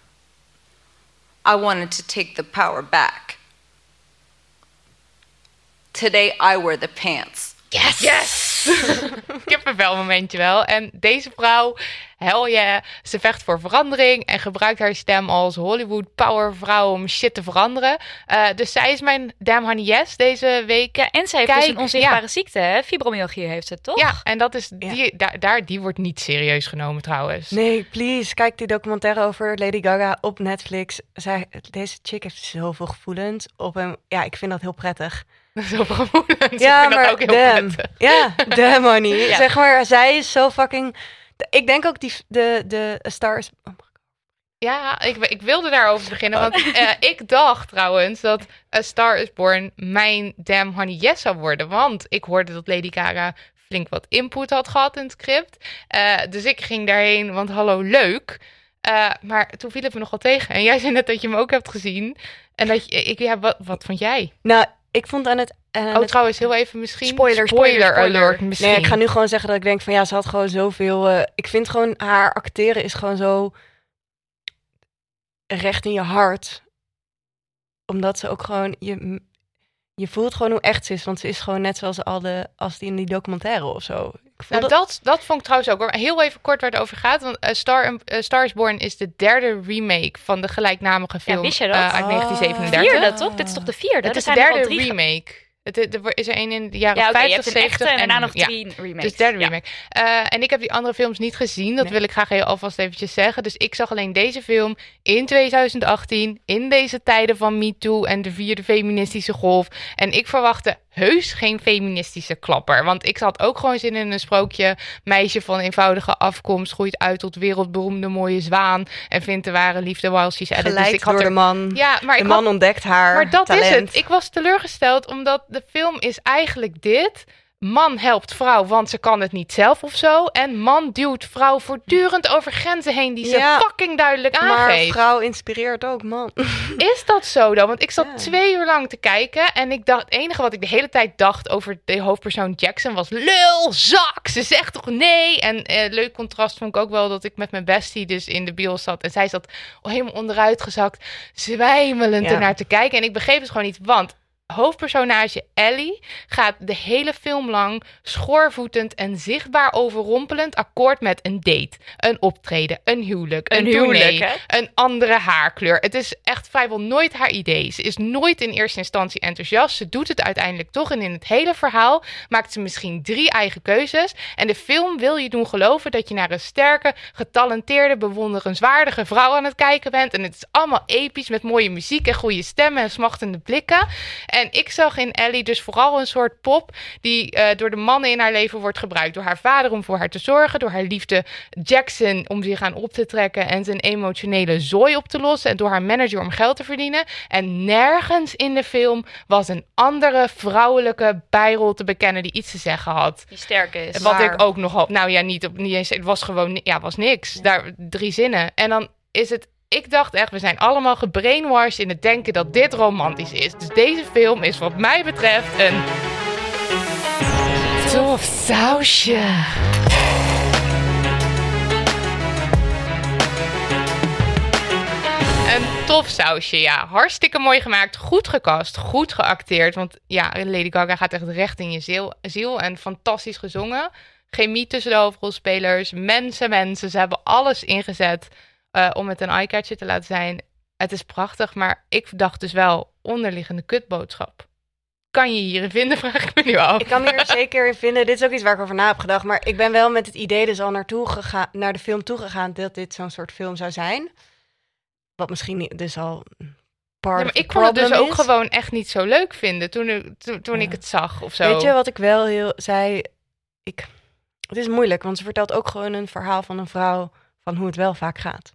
I wanted to take the power back. Today I wear the pants. Yes! Yes! Ik heb een wel momentje wel. En deze vrouw, hell yeah, ze vecht voor verandering en gebruikt haar stem als Hollywood powervrouw om shit te veranderen. Uh, dus zij is mijn damn honey yes deze week. Ja, en zij heeft Kijk, dus een onzichtbare ja. ziekte, hè? Fibromyalgie heeft ze, toch? Ja, en dat is Ja. die, daar, daar, die wordt niet serieus genomen trouwens. Nee, please, kijk die documentaire over Lady Gaga op Netflix. Zij, deze chick heeft zoveel gevoelens op hem. Ja, ik vind dat heel prettig. Zo gevoelens. Ja, ik vind maar dat ook heel damn. prettig. Ja, damn honey. Ja. Zeg maar, zij is zo fucking... Ik denk ook die de, de A Star is... Ja, ik, ik wilde daarover beginnen. Want uh, ik dacht trouwens dat A Star is Born mijn damn honey yes zou worden. Want ik hoorde dat Lady Gaga flink wat input had gehad in het script. Uh, dus ik ging daarheen, want hallo, leuk. Uh, maar toen viel het me nogal tegen. En jij zei net dat je hem ook hebt gezien. En dat je, ik, ja, wat, wat vond jij? Nou, ik vond aan het... aan Oh, het... trouwens, heel even misschien... Spoiler, spoiler, spoiler, spoiler. alert misschien. Nee, ik ga nu gewoon zeggen dat ik denk van ja, ze had gewoon zoveel... Uh, ik vind gewoon haar acteren is gewoon zo recht in je hart. Omdat ze ook gewoon... Je, je voelt gewoon hoe echt ze is. Want ze is gewoon net zoals al de, als die in die documentaire of zo. Ik voel Nou, dat... dat, dat vond ik trouwens ook hoor. Heel even kort waar het over gaat. Want uh, Star, uh, Star is Born is de derde remake van de gelijknamige film Ja, wist je dat? uh, uit Oh. negentien zevenendertig. Vierde, toch? Dit is toch de vierde? Het is de Er zijn er al derde drie ge- remake. Het, het, er is er een in de jaren Ja, oké, je vijftig, hebt een echte zeventig en daarna nog ja. drie remakes. Dus derde Ja. remake. Uh, en ik heb die andere films niet gezien. Dat Nee. wil ik graag heel alvast eventjes zeggen. Dus ik zag alleen deze film in twintig achttien. In deze tijden van MeToo en de vierde feministische golf. En ik verwachtte heus geen feministische klapper. Want ik had ook gewoon zin in een sprookje. Meisje van eenvoudige afkomst groeit uit tot wereldberoemde mooie zwaan. En vindt de ware liefde while she's at it. Geleid Dus ik had door er... de man. Ja, maar de ik man had... ontdekt haar Maar dat talent. is het. Ik was teleurgesteld omdat de film is eigenlijk dit. Man helpt vrouw, want ze kan het niet zelf of zo. En man duwt vrouw voortdurend over grenzen heen die ze Ja, fucking duidelijk Maar aangeeft. vrouw inspireert ook man. Is dat zo dan? Want ik zat Ja. twee uur lang te kijken en ik dacht, het enige wat ik de hele tijd dacht over de hoofdpersoon Jackson was lul, zak, ze zegt toch nee? En eh, leuk contrast vond ik ook wel dat ik met mijn bestie dus in de bios zat en zij zat helemaal onderuit gezakt, zwijmelend Ja. ernaar te kijken. En ik begreep het gewoon niet, want hoofdpersonage Ellie gaat de hele film lang schoorvoetend en zichtbaar overrompelend akkoord met een date, een optreden, een huwelijk, een, Een huwelijk, tournee, hè? een andere haarkleur. Het is echt vrijwel nooit haar idee. Ze is nooit in eerste instantie enthousiast. Ze doet het uiteindelijk toch en in het hele verhaal maakt ze misschien drie eigen keuzes. En de film wil je doen geloven dat je naar een sterke, getalenteerde, bewonderenswaardige vrouw aan het kijken bent. En het is allemaal episch met mooie muziek en goede stemmen en smachtende blikken. En ik zag in Ellie dus vooral een soort pop die uh, door de mannen in haar leven wordt gebruikt. Door haar vader om voor haar te zorgen. Door haar liefde Jackson om zich aan op te trekken en zijn emotionele zooi op te lossen. En door haar manager om geld te verdienen. En nergens in de film was een andere vrouwelijke bijrol te bekennen die iets te zeggen had. Die sterk is. Wat maar... ik ook nog op. Nou ja, niet, op, niet eens. Het was gewoon, ja, was niks. Ja. Daar drie zinnen. En dan is het. Ik dacht echt, we zijn allemaal gebrainwashed in het denken dat dit romantisch is. Dus deze film is wat mij betreft een tof sausje. Een tof sausje, ja. Hartstikke mooi gemaakt, goed gecast, goed geacteerd. Want ja, Lady Gaga gaat echt recht in je ziel, ziel en fantastisch gezongen. Chemie tussen de hoofdrolspelers, mensen, mensen. Ze hebben alles ingezet uh, om het een eye-catcher te laten zijn. Het is prachtig, maar ik dacht dus wel onderliggende kutboodschap. Kan je hierin vinden, vraag ik me nu af. Ik kan me hier zeker in vinden. Dit is ook iets waar ik over na heb gedacht. Maar ik ben wel met het idee dus al naartoe gegaan, naar de film toegegaan dat dit zo'n soort film zou zijn. Wat misschien dus al part ja, maar ik vond het dus is. ook gewoon echt niet zo leuk vinden toen, toen, toen ja. ik het zag of zo. Weet je wat ik wel heel zei? Ik, het is moeilijk, want ze vertelt ook gewoon een verhaal van een vrouw van hoe het wel vaak gaat.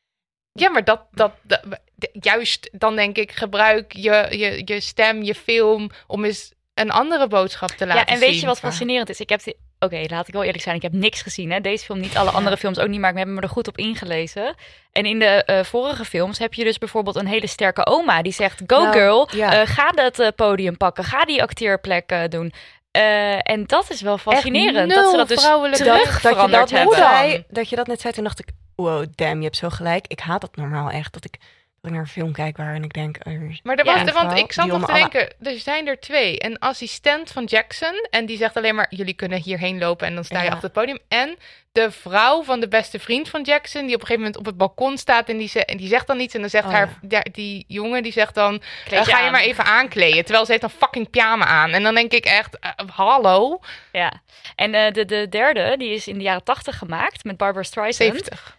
Ja, maar dat, dat, dat juist dan denk ik, gebruik je, je, je stem, je film om eens een andere boodschap te laten zien. Ja, en weet zien, je wat fascinerend is? Ik heb die, Oké, okay, laat ik wel eerlijk zijn. Ik heb niks gezien. Hè? Deze film niet, alle andere films ook niet. Maar ik heb me er goed op ingelezen. En in de uh, vorige films heb je dus bijvoorbeeld een hele sterke oma. Die zegt, go nou, girl, ja. uh, ga dat uh, podium pakken. Ga die acteerplek uh, doen. Uh, en dat is wel fascinerend. Dat ze dat dus terug dat, veranderd dat je dat hebben. Zei, dat je dat net zei, toen dacht ik, wow, damn, je hebt zo gelijk. Ik haat dat normaal echt. Dat ik... dat ik naar een film kijk waarin ik denk... Uh, maar er was, ja, want ik zat nog te alle... denken, er zijn er twee. Een assistent van Jackson en die zegt alleen maar, jullie kunnen hierheen lopen en dan sta je ja. achter het podium. En de vrouw van de beste vriend van Jackson, die op een gegeven moment op het balkon staat en die, ze- en die zegt dan iets. En dan zegt oh, haar, ja. die, die jongen, die zegt dan, uh, ga aan. je maar even aankleden. Terwijl ze heeft een fucking pyjama aan. En dan denk ik echt, uh, hallo? Ja, en uh, de, de derde, die is in de jaren tachtig gemaakt met Barbara Streisand. zeventig.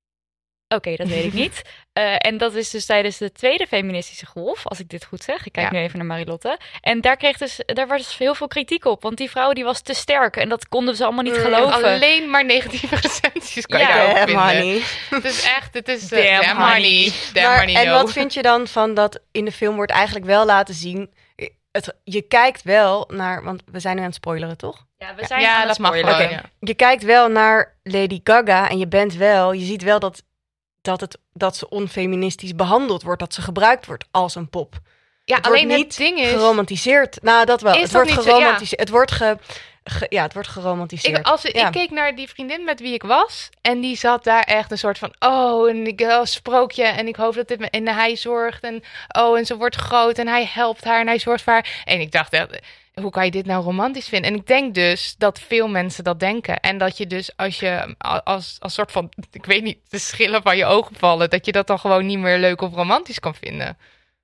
Oké, okay, dat weet ik niet. Uh, en dat is dus tijdens de tweede feministische golf, als ik dit goed zeg. Ik kijk ja. nu even naar Marilotte. En daar, kreeg dus, daar was dus heel veel kritiek op. Want die vrouw die was te sterk. En dat konden ze allemaal niet mm, geloven. Alleen maar negatieve recensies kan ja. je daarop vinden. Honey. Het is echt, het is damn, uh, damn honey. honey. Damn maar, honey en no. wat vind je dan van dat in de film wordt eigenlijk wel laten zien... Het, je kijkt wel naar... Want we zijn nu aan het spoileren, toch? Ja, we zijn ja, aan het spoileren. Okay. Ja. Je kijkt wel naar Lady Gaga en je bent wel... Je ziet wel dat... Dat, het, dat ze onfeministisch behandeld wordt. Dat ze gebruikt wordt als een pop. Ja, het alleen wordt niet het ding is... geromantiseerd. Nou, dat wel. Is het, dat wordt geromantiseerd. Ja. het wordt ge, ge, Ja, het wordt geromantiseerd. Ik, als, ja. ik keek naar die vriendin met wie ik was. En die zat daar echt een soort van... Oh, en ik, oh, sprookje. En ik hoop dat dit... Me, en hij zorgt. En oh, en ze wordt groot. En hij helpt haar. En hij zorgt voor haar. En ik dacht echt... Hoe kan je dit nou romantisch vinden? En ik denk dus dat veel mensen dat denken. En dat je dus als je als, als soort van, ik weet niet, de schillen van je ogen vallen, dat je dat dan gewoon niet meer leuk of romantisch kan vinden.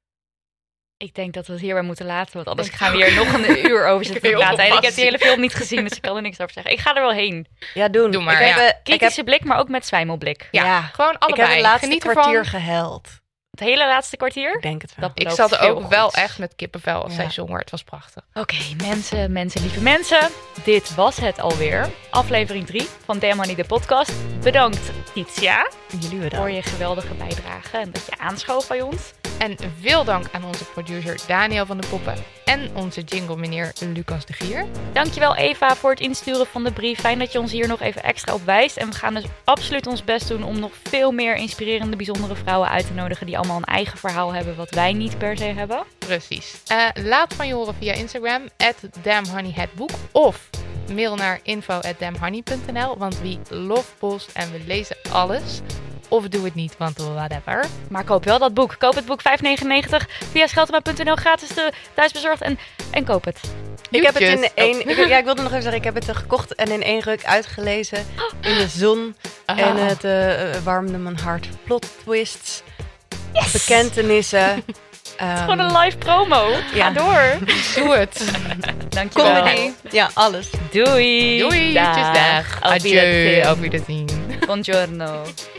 Ik denk dat we het hierbij moeten laten, want anders gaan we hier nog een uur over zitten praten. En ik heb de hele film niet gezien, dus ik kan er niks over zeggen. Ik ga er wel heen. Ja, doen. Doe maar. Ik ja. heb, Kritische heb... blik, maar ook met zwijmelblik. Ja, ja, gewoon allebei. Ik heb het laatste Geniet kwartier ervan. gehuild. Het hele laatste kwartier? Ik denk het wel. Ik zat er ook goed. wel echt met kippenvel als ja. zij zongen. Het was prachtig. Oké, okay, mensen, mensen, lieve mensen. Dit was het alweer. Aflevering drie van Damn Honey, de podcast. Bedankt, Titia. Jullie bedankt. Voor je geweldige bijdrage en dat je aanschoof bij ons. En veel dank aan onze producer Daniel van de Poppen en onze jingle meneer Lucas de Gier. Dankjewel Eva voor het insturen van de brief. Fijn dat je ons hier nog even extra op wijst. En we gaan dus absoluut ons best doen om nog veel meer inspirerende, bijzondere vrouwen uit te nodigen die allemaal een eigen verhaal hebben wat wij niet per se hebben. Precies. Uh, laat van je horen via Instagram at damnhoneyhetboek of mail naar info at damnhoney punt n l, want we love post en we lezen alles. Of doe het niet, want whatever. Maar koop wel dat boek. Koop het boek vijf negenennegentig via scheldema punt n l gratis te thuisbezorgd en, en koop het. Ik heb het in één. Oh. Ik, ja, ik wilde nog even zeggen, ik heb het gekocht en in één ruk uitgelezen in de zon. Oh. En het uh, warmde mijn hart. Plot twists, yes. bekentenissen. Het is um, gewoon een live promo. Ga ja. door. Doe het. Dankjewel. Comedy. Ja, alles. Doei. Doei. Dag. Dag. Adieu. Auf Wiedersehen. Buongiorno.